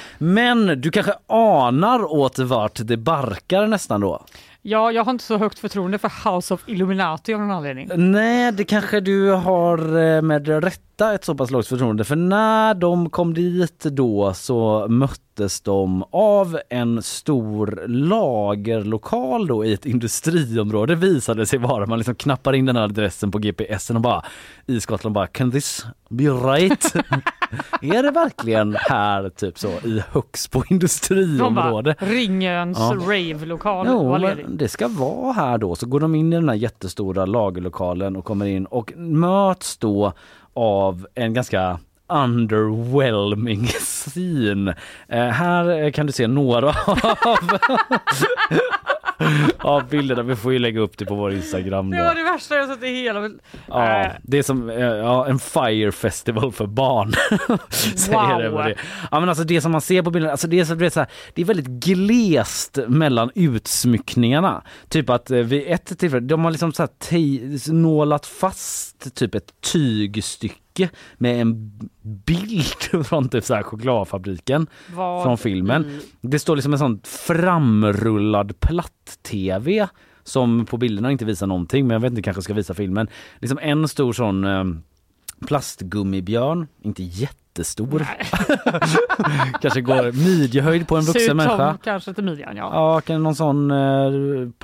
Men du kanske anar åt vart det barkar nästan då? Ja, jag har inte så högt förtroende för House of Illuminati av någon anledning. Nej, det kanske du har med rätta ett så pass lågt förtroende. För när de kom dit då så möttes de av en stor lagerlokal då i ett industriområde. Visade sig vara, man liksom knappar in den här adressen på G P S'en och bara i Skottland bara, can this be right? Är det verkligen här typ så i Högsbo industriområde? De bara, Ringens ja. rave-lokal. Jo, men det ska vara här då. Så går de in i den här jättestora lagerlokalen och kommer in och möts då av en ganska underwhelming scene. Eh, här kan du se några av av bilderna. Vi får ju lägga upp det på vår Instagram då. Det var det värsta jag sett i hela... Ja, det är som ja, en fire festival för barn. Säger Wow. det det. Ja, men alltså det som man ser på bilderna, alltså det är så, det är så här, det är väldigt glest mellan utsmyckningarna. Typ att vid ett tillfälle de har liksom så här te- nålat fast typ ett tygstycke smycke med en bild från typ så här chokladfabriken Vad? från filmen. Mm. Det står liksom en sån framrullad platt-tv som på bilderna inte visar någonting, men jag vet inte, kanske ska visa filmen. Liksom en stor sån eh, plastgummibjörn, inte jättestor. Kanske går midjehöjd på en vuxen människa. Kanske till midjan, ja. Ja, kan någon sån eh,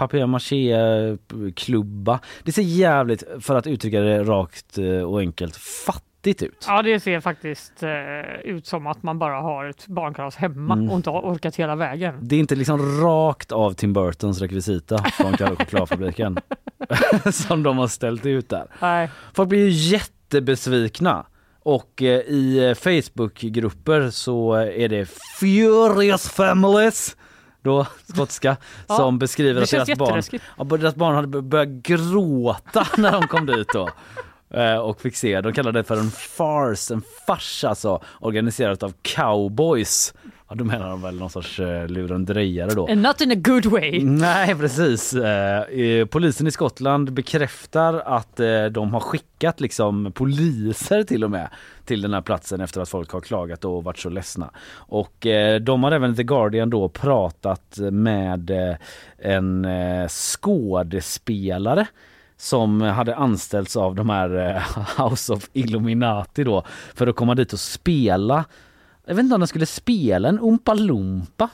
papier-maché-klubba. Det ser jävligt, för att uttrycka det rakt eh, och enkelt, fattigt ut. Ja, det ser faktiskt eh, ut som att man bara har ett barnkalas hemma Mm. och inte har orkat hela vägen. Det är inte liksom rakt av Tim Burtons rekvisita från chokladfabriken som de har ställt ut där. Nej. Folk blir ju jättebesvikna. Och eh, i Facebookgrupper så är det Furious Families, då skotska, Ja, som beskriver att deras barn, ja, deras barn hade börjat gråta när de kom dit då. Eh, och fick se, de kallade det för en farce, en fars alltså, organiserat av cowboys. Ja, då menar de väl någon sorts uh, lurendrejare då. And not in a good way. Nej, precis. Eh, polisen i Skottland bekräftar att eh, de har skickat liksom poliser till och med till den här platsen efter att folk har klagat och varit så ledsna. Och eh, de har även The Guardian då pratat med eh, en eh, skådespelare som hade anställts av de här eh, House of Illuminati då för att komma dit och spela. Jag vet inte om de skulle spela en Oompa Loompa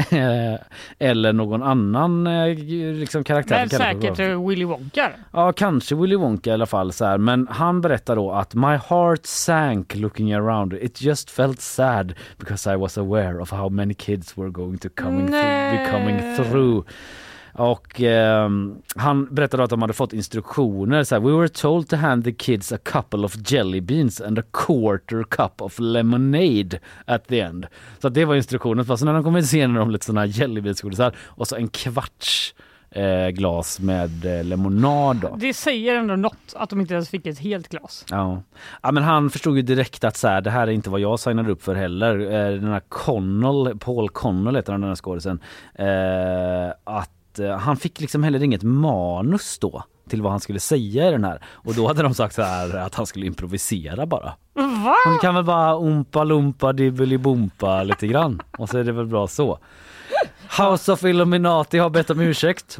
eller någon annan liksom karaktär. Men säkert Willy Wonka. Ja, kanske Willy Wonka i alla fall. Så här. Men han berättar då att my heart sank looking around. It just felt sad because I was aware of how many kids were going to coming through, be coming through. Och eh, han berättade att de hade fått instruktioner så här, we were told to hand the kids a couple of jelly beans and a quarter cup of lemonade at the end. Så det var instruktionen, fast när de kom in senare om lite såna här jelly beans och så en kvarts eh, glas med eh, lemonad då. Det säger ändå något att de inte ens fick ett helt glas. Ja. Ja, men han förstod ju direkt att så här, det här är inte vad jag signade upp för heller. Eh, den här Connell, Paul Connell heter han, den här skådisen. Eh, att han fick liksom heller inget manus då till vad han skulle säga i den här. Och då hade de sagt så här att han skulle improvisera bara. Va? Han kan väl bara umpa lumpa dibbeli bumpa lite grann. Och så är det väl bra så. House of Illuminati har bett om ursäkt.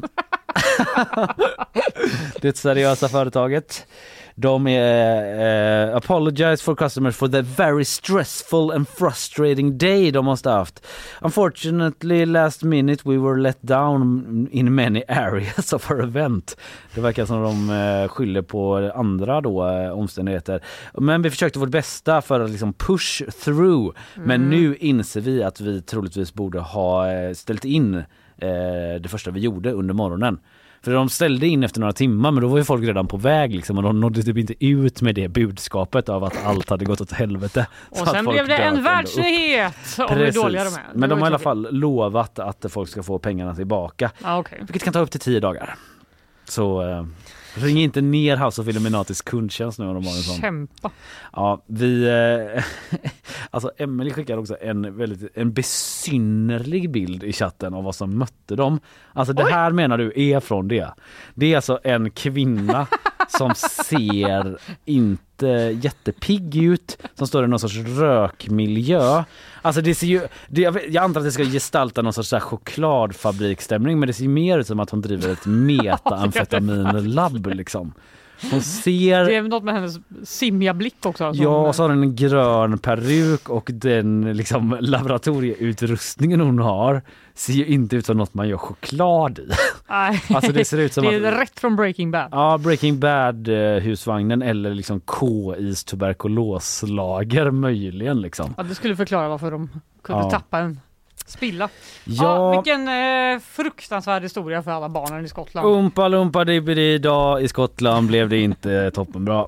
Det seriösa företaget. De är uh, apologize for customers for the very stressful and frustrating day de måste haft. Unfortunately, last minute we were let down in many areas of our event. Det verkar som de uh, skyller på andra då uh, omständigheter. Men vi försökte vårt bästa för att liksom push through. Mm. Men nu inser vi att vi troligtvis borde ha uh, ställt in uh, det första vi gjorde under morgonen. För de ställde in efter några timmar, men då var ju folk redan på väg liksom, och de nådde typ inte ut med det budskapet av att allt hade gått åt helvete. Och sen blev det en världsnyhet om hur dåliga de är. Men de har i alla fall lovat att folk ska få pengarna tillbaka. Ah, okay. Vilket kan ta upp till tio dagar. Så eh, ring inte ner House of Illuminatis kundtjänst nu om de har en sån. Kämpa. Ja, vi eh, alltså Emily skickade också en väldigt en besynnerlig bild i chatten av vad som mötte dem. Alltså det Oj. Här menar du är från det. Det är alltså en kvinna som ser inte jättepigg ut, som står i någon sorts rökmiljö. Alltså det ser ju, det, jag antar att det ska gestalta någon sorts så här chokladfabrikstämning, men det ser ju mer ut som att hon driver ett metaamfetaminlabb liksom. Hon ser... Det är något med hennes simmiga blick också. Som... Ja, och så har hon en grön peruk och den liksom laboratorieutrustningen hon har ser ju inte ut som något man gör choklad i. Nej. Alltså det ser ut som det är att... rätt från Breaking Bad. Ja, Breaking Bad eh, husvagnen eller liksom K-is tuberkuloslager möjligen liksom. Ja, det skulle förklara varför de kunde ja. tappa en spilla. Ja, ja vilken eh, fruktansvärd historia för alla barnen i Skottland. Umpa lumpa dibbidi dag i Skottland blev det inte toppenbra.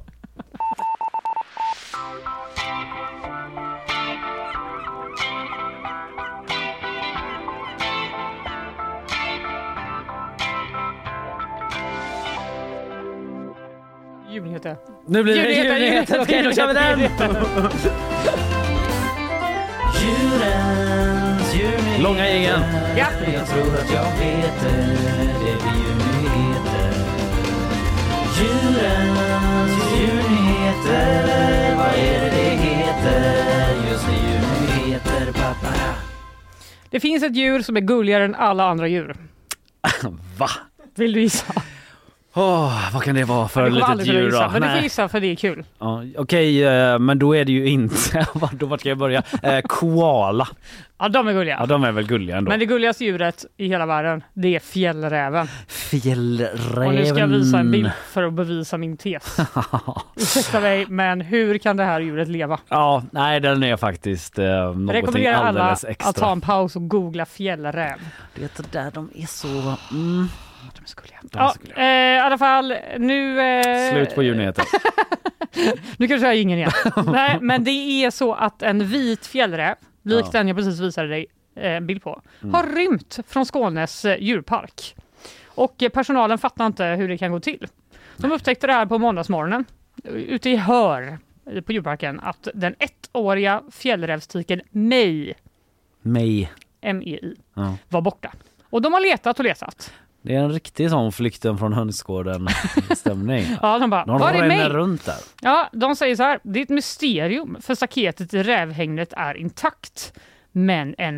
Julnyheter. Nu blir det julnyheter. Okej, då kör vi den. Djurens julnyheter. Långa egen. Ja. Jag tror att jag vet det. Det blir julnyheter. Djurens julnyheter. Det finns ett djur som är gulligare än alla andra djur. Va? Vill du gissa? Oh, vad kan det vara för litet djur gissa, då? men du får gissa för det är kul. Ja, okej, okay, men då är det ju inte... då vart ska jag börja? Eh, koala. Ja, de är gulliga. Ja, de är väl gulliga ändå. Men det gulligaste djuret i hela världen, det är fjällräven. Fjällräven. Och nu ska jag visa en bild för att bevisa min tes. Ursäkta mig, men hur kan det här djuret leva? Ja, nej, den är faktiskt eh, någonting rekommenderar alla extra. Att ta en paus och googla fjällräv. Det är det där, de är så... Mm. De är så gulliga. De ja, är så gulliga. Eh, i alla fall, nu... Eh, Slut på djurnyheter. Nu kanske jag ingen igen. Nej, men det är så att en vit fjällräv, likt Ja. den jag precis visade dig en eh, bild på, Mm. har rymt från Skånes eh, djurpark. Och eh, personalen fattar inte hur det kan gå till. De upptäckte det här på måndagsmorgonen ute i Hör eh, på djurparken att den ettåriga fjällrävstiken May, Mig. M E I, Ja. var borta. Och de har letat och letat. Det är en riktig sån flykten från hönsgården stämning. Ja, de bara, De var är ränner May? runt där. Ja, de säger så här, det är ett mysterium för staketet i rävhägnet är intakt. Men en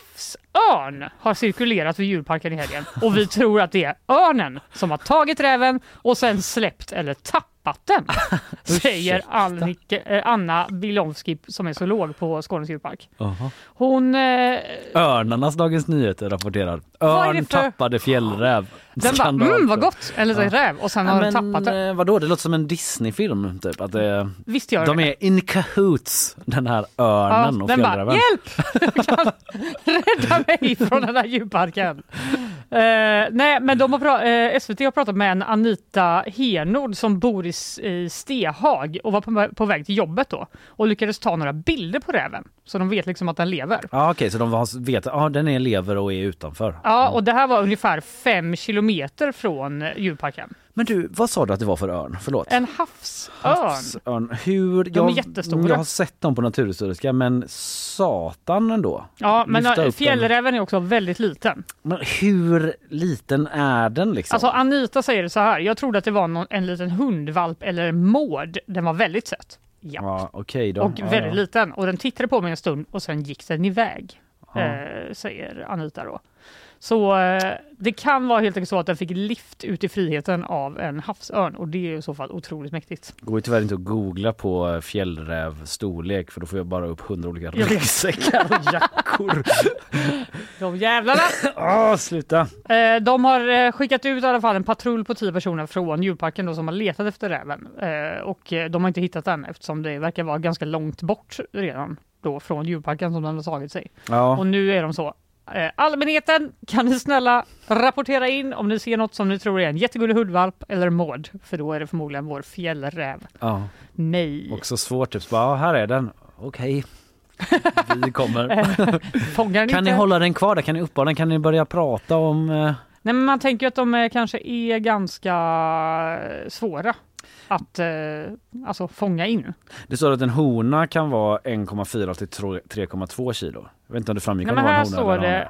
havsörn har cirkulerat vid djurparken i helgen och vi tror att det är örnen som har tagit räven och sen släppt eller tappat den, säger Annike, eh, Anna Bilowski som är så låg på Skånes djurpark. Aha. Hon... Eh, Örnarnas Dagens Nyheter rapporterar. Vad är Örn det för- tappade fjällräv. den bara, Skandal. mm vad gott, eller så är Ja. räv och sen Ja, har men, den tappat den. eh, vadå? Det låter som en Disney-film typ. Att det, Visst gör de det. är in cahoots, den här örnen och den bara, fjällräven. hjälp! Kan rädda mig från den här djurparken. Uh, nej, men de har pra- uh, S V T har pratat med en Anita Henord som bor i, S- i Stehag och var på, på väg till jobbet då och lyckades ta några bilder på räven så de vet liksom att den lever. Ja, okej, så de har- vet att ah, den är lever och är utanför. Ja, och det här var ungefär fem kilometer från eh, djurparken. Men du, vad sa du att det var för örn? Förlåt. En havsörn. Havsörn. Hur, De är jag, jättestora. jag har sett dem på Naturhistoriska, men satan ändå. Ja, men Lyfta uh, upp fjällräven är också väldigt liten. Men hur liten är den liksom? Alltså Anita säger det så här, jag trodde att det var någon, en liten hundvalp eller en mård. Den var väldigt söt. Ja. Ja, okej då. Och ja, väldigt ja. liten. Och den tittade på mig en stund och sen gick den iväg. Ja. Eh, säger Anita då. Så eh, det kan vara helt enkelt så att den fick lift ut i friheten av en havsörn. Och det är i så fall otroligt mäktigt. Det går ju tyvärr inte att googla på fjällräv storlek, för då får jag bara upp hundra olika Jag vet. ryggsäckar och jackor. De jävlarna! Åh, sluta! Eh, de har eh, skickat ut i alla fall en patrull på tio personer från djurparken då, som har letat efter räven. Eh, och eh, de har inte hittat den eftersom det verkar vara ganska långt bort redan då från djurparken som den har tagit sig. Ja. Och nu är de så. Eh, allmänheten, kan ni snälla rapportera in om ni ser något som ni tror är en jättegullig hundvalp eller mård. För då är det förmodligen vår fjällräv. Ja. Nej. Också svårt, typ bara, ja, här är den. Okej. Vi kommer. Fångar den Kan inte? ni hålla den kvar där? Kan ni uppehålla den? Kan ni börja prata om... eh, Nej, men man tänker ju att de eh, kanske är ganska eh, svåra att eh, alltså fånga in. Det står att en hona kan vara en komma fyra till tre komma två kilo. Jag vet inte om det framgick Nej, om det men var en här hona står eller en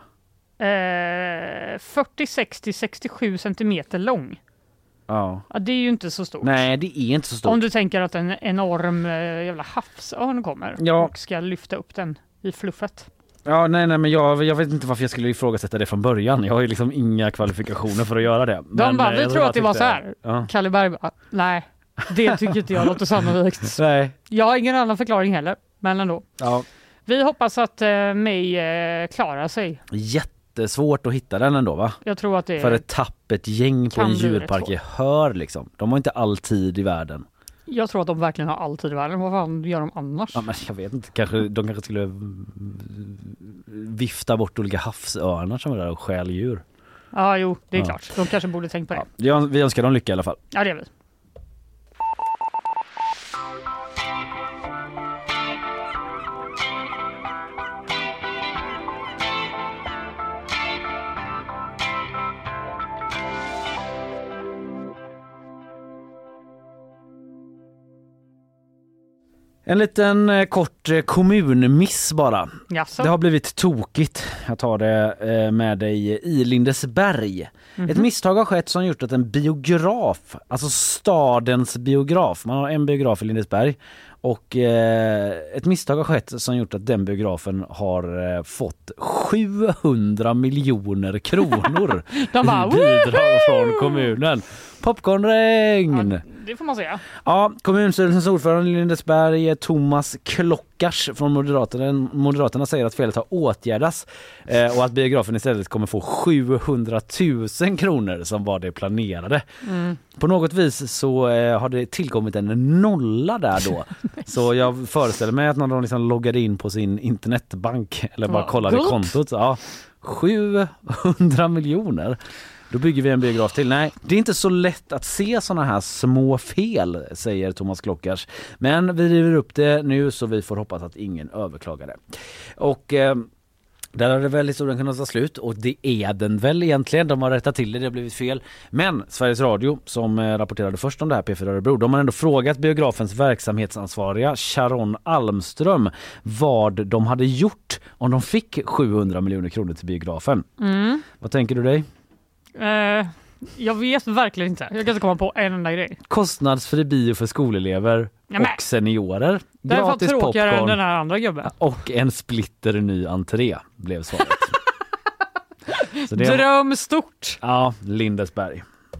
det eh, fyrtiosex till sextiosju centimeter lång. Ja. Ja, det är ju inte så stort. Nej, det är inte så stort. Om du tänker att en enorm eh, jävla havsörn kommer Ja. och ska lyfta upp den i fluffet. Ja, nej, nej, men jag, jag vet inte varför jag skulle ifrågasätta det från början. Jag har ju liksom inga kvalifikationer för att göra det. De Men, bara, eh, vi jag tror att det var tyckte- så här. Ja. Kalle Berg bara, nej, det tycker inte jag låter sannolikt. Nej. Jag har ingen annan förklaring heller, men ändå. Ja. Vi hoppas att eh, May eh, klarar sig. Jättesvårt att hitta den ändå, va? Jag tror att det För ett tappert gäng på kan en bli rätt djurpark i Hör liksom. De har inte all tid i världen. Jag tror att de verkligen har all tid i världen. Vad fan gör de annars? Ja, men jag vet inte, kanske, de kanske skulle vifta bort olika havsörnar som är där och stjäl djur. Ja, jo, det är Ja. klart. De kanske borde tänkt på det. Ja, vi önskar dem lycka i alla fall. Ja, det är vi. En liten eh, kort eh, kommunmiss bara. Jaså? Det har blivit tokigt. Jag tar det eh, med dig i Lindesberg. Mhm. Ett misstag har skett som gjort att en biograf, alltså stadens biograf, man har en biograf i Lindesberg, och eh, ett misstag har skett som gjort att den biografen har eh, fått sjuhundra miljoner kronor De bara, i bidrag från kommunen. Popcornregn! Ja, det får man säga. Ja, kommunstyrelsens ordförande i Lindesberg, Thomas Klockars från Moderaterna, Moderaterna säger att felet har åtgärdats eh, och att biografen istället kommer få sjuhundratusen kronor som var det planerade. Mm. På något vis så eh, har det tillkommit en nolla där då. Så jag föreställer mig att när de liksom loggade in på sin internetbank eller bara Ja, kollade gott. kontot. Så, ja, sjuhundra miljoner. Då bygger vi en biograf till. Nej, det är inte så lätt att se såna här små fel, säger Thomas Klockars. Men vi river upp det nu så vi får hoppas att ingen överklagar det. Och eh, där har det väl historien kunnat ta slut, och det är den väl egentligen. De har rättat till det, det har blivit fel. Men Sveriges Radio, som eh, rapporterade först om det här, P fyra Örebro, de har ändå frågat biografens verksamhetsansvariga Sharon Almström vad de hade gjort om de fick sjuhundra miljoner kronor till biografen. Mm. Vad tänker du dig? Eh, jag vet verkligen inte. Jag kan inte komma på en enda grej. Kostnadsfri bio för skolelever Ja, men- och seniorer. Det är Gratis fan tråkigare popcorn än den här andra gubben. och en splitter ny entré blev svaret. Så det- Dröm stort. Ja, Lindesberg.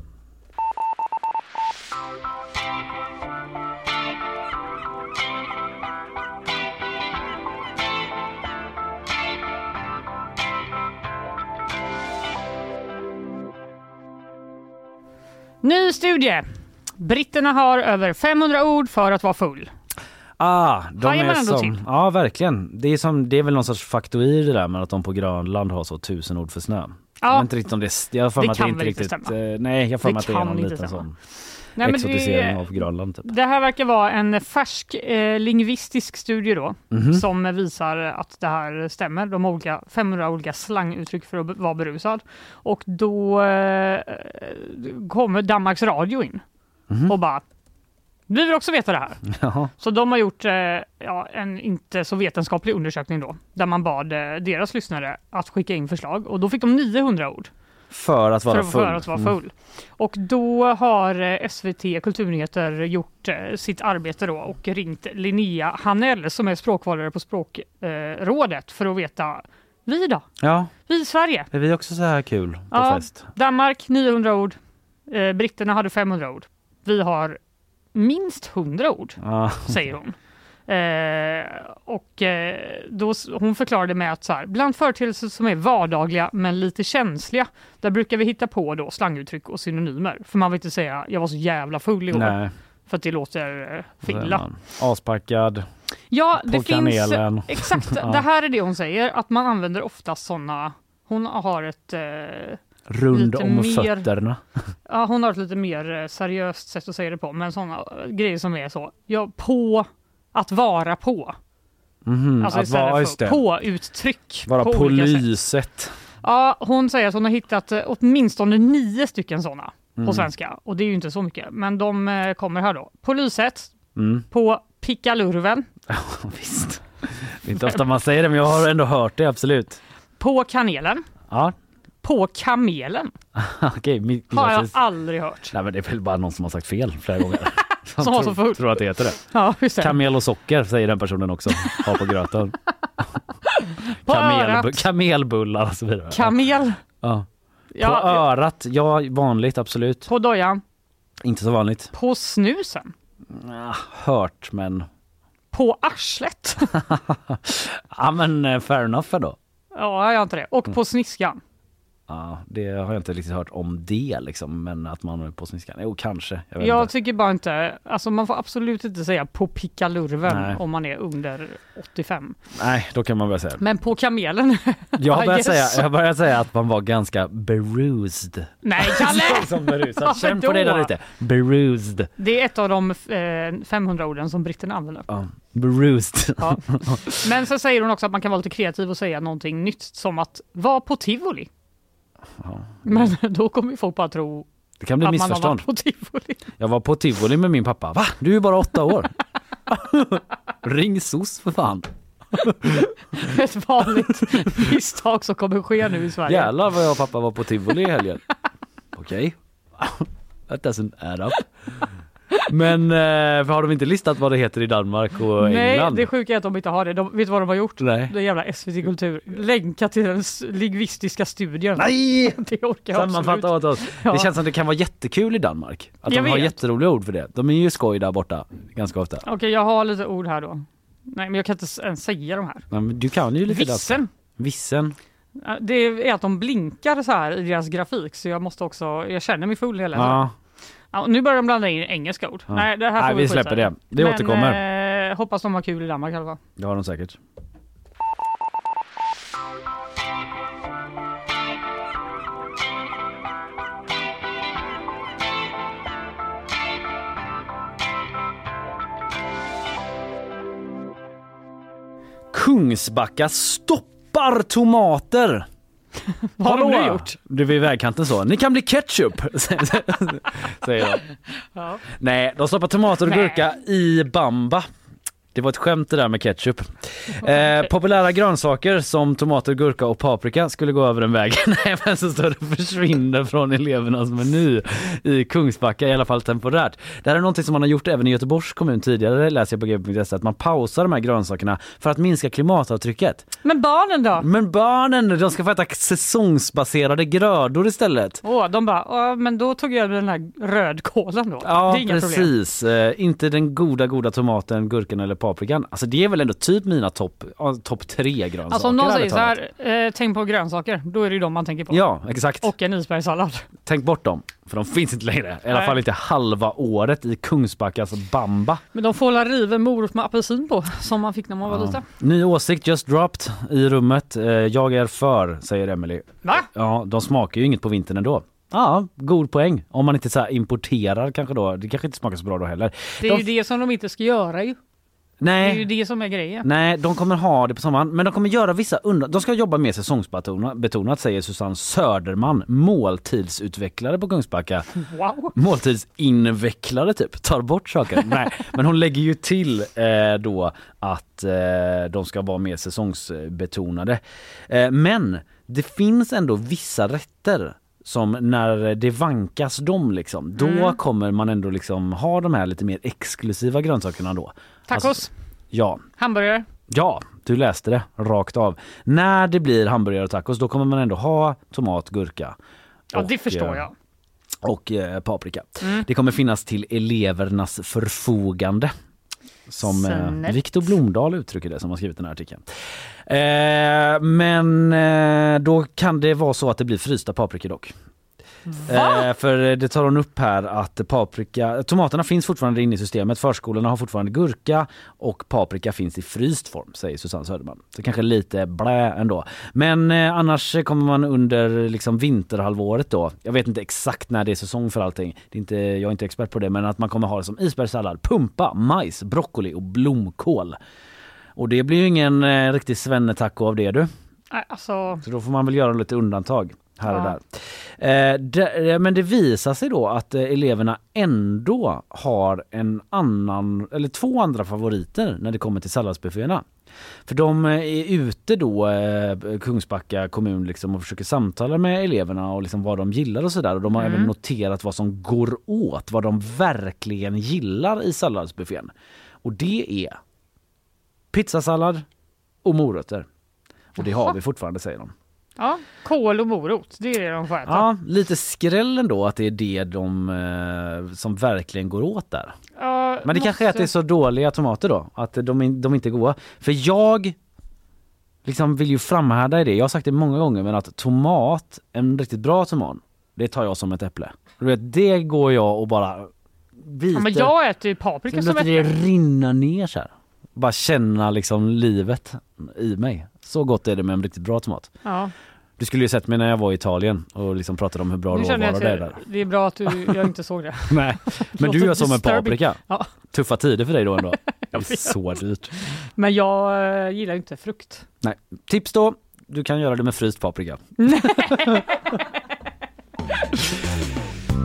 Ny studie. Britterna har över femhundra ord för att vara full. Ah, de Hajar är man ändå som, till. ja verkligen. Det är som det är väl någon sorts faktoid det där med att de på Grönland har så tusen ord för snö. Ja. Jag vet inte riktigt om det. Jag har för Det mig att det kan inte väl inte riktigt. stämma. Eh, nej, jag har för Det mig att det är kan någon inte liten stämma. sån Nej, men exotisering det- av Grönland typ. Det här verkar vara en färsk eh, lingvistisk studie då, Mhm. som visar att det här stämmer. De har olika, femhundra olika slanguttryck för att be- vara berusad. Och då eh, kommer Danmarks Radio in Mhm. och bara, vi vill också veta det här. Jaha. Så de har gjort eh, ja, en inte så vetenskaplig undersökning då, där man bad eh, deras lyssnare att skicka in förslag. Och då fick de niohundra ord. För att vara för, full. för att vara Mm. full. Och då har eh, S V T Kulturnyheter gjort eh, sitt arbete då och ringt Linnea Hanell som är språkvalare på Språkrådet eh, rådet för att veta, vi då? Ja, Vi i Sverige? är vi också så här kul på Ja, fest? Danmark niohundra ord, eh, britterna hade femhundra ord. Vi har minst hundra ord, Ja. säger hon. Eh, och eh, då, hon förklarade med att så här, bland företeelser som är vardagliga men lite känsliga, där brukar vi hitta på då slanguttryck och synonymer. För man vill inte säga, jag var så jävla full i år. Nej. För att det låter eh, Vad säger filla. man? Aspackad. Ja, På det kanelen. finns exakt. Ja. Det här är det hon säger, att man använder ofta sådana. Hon har ett eh, Rund lite om mer- fötterna. Ja, hon har ett lite mer eh, seriöst sätt att säga det på, men sådana grejer som är så, ja, på att vara på. Mhm, Alltså att vara, just istället det. för på-uttryck. Vara på på olika sätt. lyset. Ja, hon säger att hon har hittat eh, åtminstone nio stycken sådana Mm. på svenska. Och det är ju inte så mycket. Men de eh, kommer här då. På lyset, Mm. på pickalurven, Visst. Det är inte ofta man säger det, men jag har ändå hört det, absolut. på kanelen, Ja, på kamelen. okej. Okay, Har jag aldrig hört. Nej, men det är väl bara någon som har sagt fel flera gånger. Som var så tror, full. tror att det heter det. Ja, just det. Kamel och socker säger den personen också. Ha på gröten. På Kamel, örat. kamelbullar och så vidare. Kamel. Ja. På Ja, örat, ja vanligt absolut. på dojan, Inte så vanligt. på snusen, Ja, hört men... på arslet. Ja men eh, fair enough då. Ja, jag har inte det. Och på sniskan. Ja, det har jag inte riktigt hört om det liksom, men att man är på sniskan. Jo, kanske. Jag vet Jag inte. tycker bara inte, alltså man får absolut inte säga på pickalurven Nej. om man är under åttiofem. Nej, då kan man väl säga. Men på kamelen. Jag har I börjat guess. säga, jag har börjat säga att man var ganska berused. Nej, Kalle! Som berusad. Varför Känn på det där då? lite. Berused. Det är ett av de eh, femhundra orden som britterna använder. Ja, berused. Ja. Men så säger hon också att man kan vara lite kreativ och säga någonting nytt, som att vara på tivoli. Ja. Men då kommer ju folk bara tro Det kan bli att man har missförstånd. varit på tivoli. Jag var på tivoli med min pappa. Va? Du är ju bara åtta år. Ring S O S för fan. Ett vanligt misstag som kommer ske nu i Sverige. Jävlar vad jag och pappa var på Tivoli i helgen. Okej. Okay. That doesn't add up. Men eh, har de inte listat vad det heter i Danmark och Nej, England? Nej, det sjuka är att de inte har det. De, vet du vad de har gjort? Nej. Det jävla S V T Kultur. Länka till den s- lingvistiska studien. Nej! Det orkar jag Sammanfatta åt oss. Ja. Det känns som att det kan vara jättekul i Danmark. Att Jag de har vet. jätteroliga ord för det. De är ju skoj där borta ganska ofta. Okej, okay, jag har lite ord här då. Nej, men jag kan inte ens säga de här. Men du kan ju lite Vissen. Danska. Vissen. Det är att de blinkar så här i deras grafik, så jag måste också, jag känner mig full hela Ja. Ja, nu börjar de blanda in engelska ord. Ja. Nej, det här får Nej, vi, vi släpper det. Det Men, återkommer. Eh, hoppas de har kul i Danmark i alla fall. Det har de säkert. Kungsbacka stoppar tomater. Vad har de gjort? Du vid vägkanten så. Ni kan bli ketchup, säger de. Ja. Nej, de stoppar tomater och Nej. gurka i bamba. Det var ett skämt det där med ketchup. Eh, populära grönsaker som tomater, gurka och paprika skulle gå över en väg. Nej, men så står det försvinner från elevernas meny i Kungsbacka, i alla fall temporärt. Det här är något som man har gjort även i Göteborgs kommun tidigare, läser jag på g p punkt se, att man pausar de här grönsakerna för att minska klimatavtrycket. Men barnen då? Men barnen, de ska få äta säsongsbaserade grödor istället. Åh, de bara, åh, men då tog jag den här rödkålen då. Ja, det är inga precis. Eh, inte den goda, goda tomaten, gurkan eller paprikan. Alltså det är väl ändå typ mina topp topp tre grönsaker. Alltså om någon säger ärligt så talat. här, eh, tänk på grönsaker, då är det ju de man tänker på. Ja, exakt. Och en isbergssallad. Tänk bort dem, för de finns inte längre. I alla Nej. fall inte halva året i Kungsbackas bamba. Men de får la riven morot med apelsin på, som man fick när man var Ja. liten. Ny åsikt just dropped i rummet. Eh, jag är för, säger Emily. Va? Ja, de smakar ju inget på vintern ändå. Ja, god poäng. Om man inte så här importerar kanske då. Det kanske inte smakar så bra då heller. Det är de... ju det som de inte ska göra ju. Nej. Det är ju det som är grejen. Nej, de kommer ha det på sommaren, men de kommer göra vissa undantag. De ska jobba mer säsongsbetonat, säger Susanne Söderman, måltidsutvecklare på Kungsbacka. Wow. Måltidsinvecklare typ, tar bort saker. Nej, men hon lägger ju till eh, då att eh, de ska vara mer säsongsbetonade. Eh, men det finns ändå vissa rätter som när det vankas dem liksom, då Mm. kommer man ändå liksom ha de här lite mer exklusiva grönsakerna då. Tacos. Alltså, ja. Hamburgare. Ja, du läste det rakt av. När det blir hamburgare och tacos, då kommer man ändå ha tomat, gurka. Ja, och, det förstår eh, jag. Och eh, paprika. Mm. Det kommer finnas till elevernas förfogande. Som eh, Snällt. Viktor Blomdahl uttrycker det, som har skrivit den här artikeln. Eh, men eh, då kan det vara så att det blir frysta paprika dock. Eh, för det tar hon upp här att paprika, tomaterna finns fortfarande inne i systemet, förskolorna har fortfarande gurka och paprika finns i fryst form, säger Susanne Söderman. Så kanske lite blä ändå. Men eh, annars kommer man under liksom vinterhalvåret då, jag vet inte exakt när det är säsong för allting, det är inte, jag är inte expert på det, men att man kommer ha det som isbergssallad, pumpa, majs, broccoli och blomkål. Och det blir ju ingen eh, riktig svennetaco av det du. Nej, alltså... Så då får man väl göra lite undantag här och Ja. där. Eh, det, men det visar sig då att eh, eleverna ändå har en annan, eller två andra favoriter när det kommer till salladsbufféerna. För de eh, är ute då, eh, Kungsbacka kommun liksom, och försöker samtala med eleverna och liksom vad de gillar och sådär. Och de har Mm. även noterat vad som går åt, vad de verkligen gillar i salladsbuffén. Och det är pizzasallad och morötter. Och det har Jaha. vi fortfarande, säger de. Ja, kål och morot, det är det de får äta. Ja, lite skräll ändå att det är det de eh, som verkligen går åt där. Ja, Men det kanske är att det är så dåliga tomater då, att de, är- de inte är goda. För jag liksom vill ju framhärda i det. Jag har sagt det många gånger, men att tomat, en riktigt bra tomat, det tar jag som ett äpple. Du vet, det går jag och bara biter. Ja, men jag äter ju paprika så som låter det äpple. rinna ner så här. Bara känna liksom livet i mig. Så gott är det med en riktigt bra tomat. Ja. Du skulle ju sett mig när jag var i Italien och liksom pratade om hur bra Nu känner jag råvaror att det är där. jag, det är bra att du, jag inte såg det. Nej, men du Låter gör som en disturbing. paprika. Ja. Tuffa tider för dig då ändå. Det Jag är vet. så dyrt. Men jag äh, gillar ju inte frukt. Nej, tips då. Du kan göra det med fryst paprika.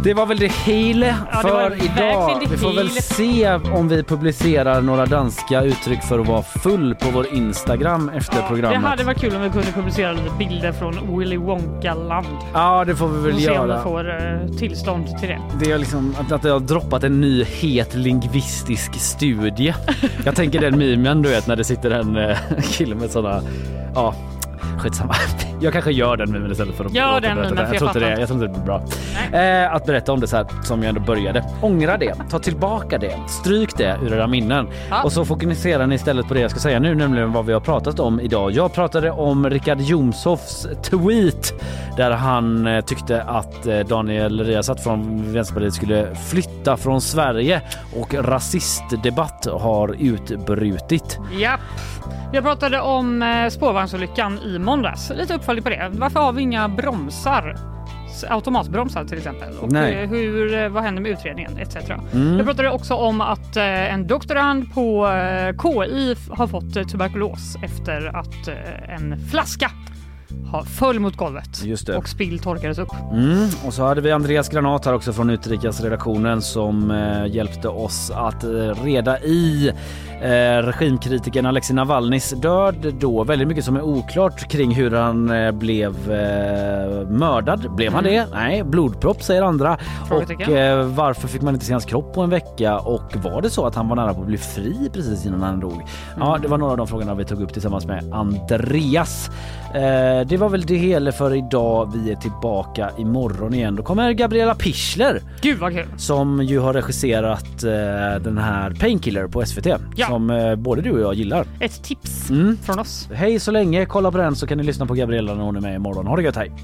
Det var väl det hela Ja, det för var idag. verkligen det Vi får väl hela. se om vi publicerar några danska uttryck för att vara full på vår Instagram efter programmet. Det hade varit kul om vi kunde publicera lite bilder från Willy Wonka-land. Ja, det får vi väl och se om göra. vi får uh, tillstånd till det. Det är liksom att, att det har droppat en ny het lingvistisk studie. Jag tänker den memen, du vet, när det sitter en uh, kille med sådana... Ja, skitsamma. Jag kanske gör den memen istället för att, Gör att den berätta memen, det. för Jag tror jag inte det, fattar jag tror inte det blir bra. Eh, att berätta om det så här som jag ändå började. Ångra det, ta tillbaka det, stryk det ur era minnen. Ja. Och så fokuserar ni istället på det jag ska säga nu, nämligen vad vi har pratat om idag. Jag pratade om Richard Jomshofs tweet där han eh, tyckte att eh, Daniel Riazat från Vänsterpartiet skulle flytta från Sverige och rasistdebatt har utbrutit. Japp. Jag pratade om eh, spårvagnsolyckan i måndags. Lite uppföljning på det. Varför har vi inga bromsar? Automatbromsar till exempel. Och Nej. eh, hur, eh, vad händer med utredningen et cetera. Mm. Jag pratade också om att eh, en doktorand på eh, K I f- har fått eh, tuberkulos efter att eh, en flaska har föll mot golvet. Just det. Och spill torkades upp. Mm. Och så hade vi Andreas Granat här också från utrikesredaktionen som eh, hjälpte oss att eh, reda i eh, regimkritiken Alexej Navalnys död då. Väldigt mycket som är oklart kring hur han eh, blev eh, mördad. Blev han Mm. det? Nej, blodpropp säger andra. Frågetecken. Och eh, varför fick man inte se hans kropp på en vecka? Och var det så att han var nära på att bli fri precis innan han dog? Ja, det var några av de frågorna vi tog upp tillsammans med Andreas. Eh, det var väl det hela för idag. Vi är tillbaka imorgon igen. Då kommer Gabriella Pichler. Gud vad kul. Som ju har regisserat eh, den här Painkiller på S V T. Ja. Som eh, både du och jag gillar. Ett tips Mm. från oss. Hej så länge. Kolla på den så kan ni lyssna på Gabriella när hon är med imorgon. Ha det gött, hej.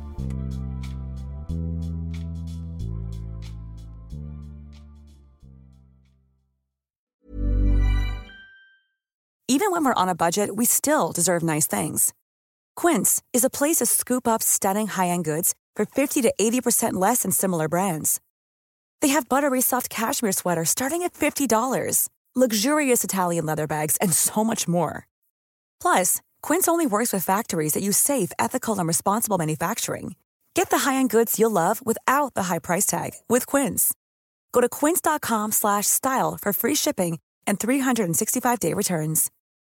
Even when we're on a budget, we still deserve nice things. Quince is a place to scoop up stunning high-end goods for fifty to eighty percent less than similar brands. They have buttery soft cashmere sweaters starting at fifty dollars, luxurious Italian leather bags, and so much more. Plus, Quince only works with factories that use safe, ethical, and responsible manufacturing. Get the high-end goods you'll love without the high price tag with Quince. Go to quince dot com slash style for free shipping and three sixty-five day returns.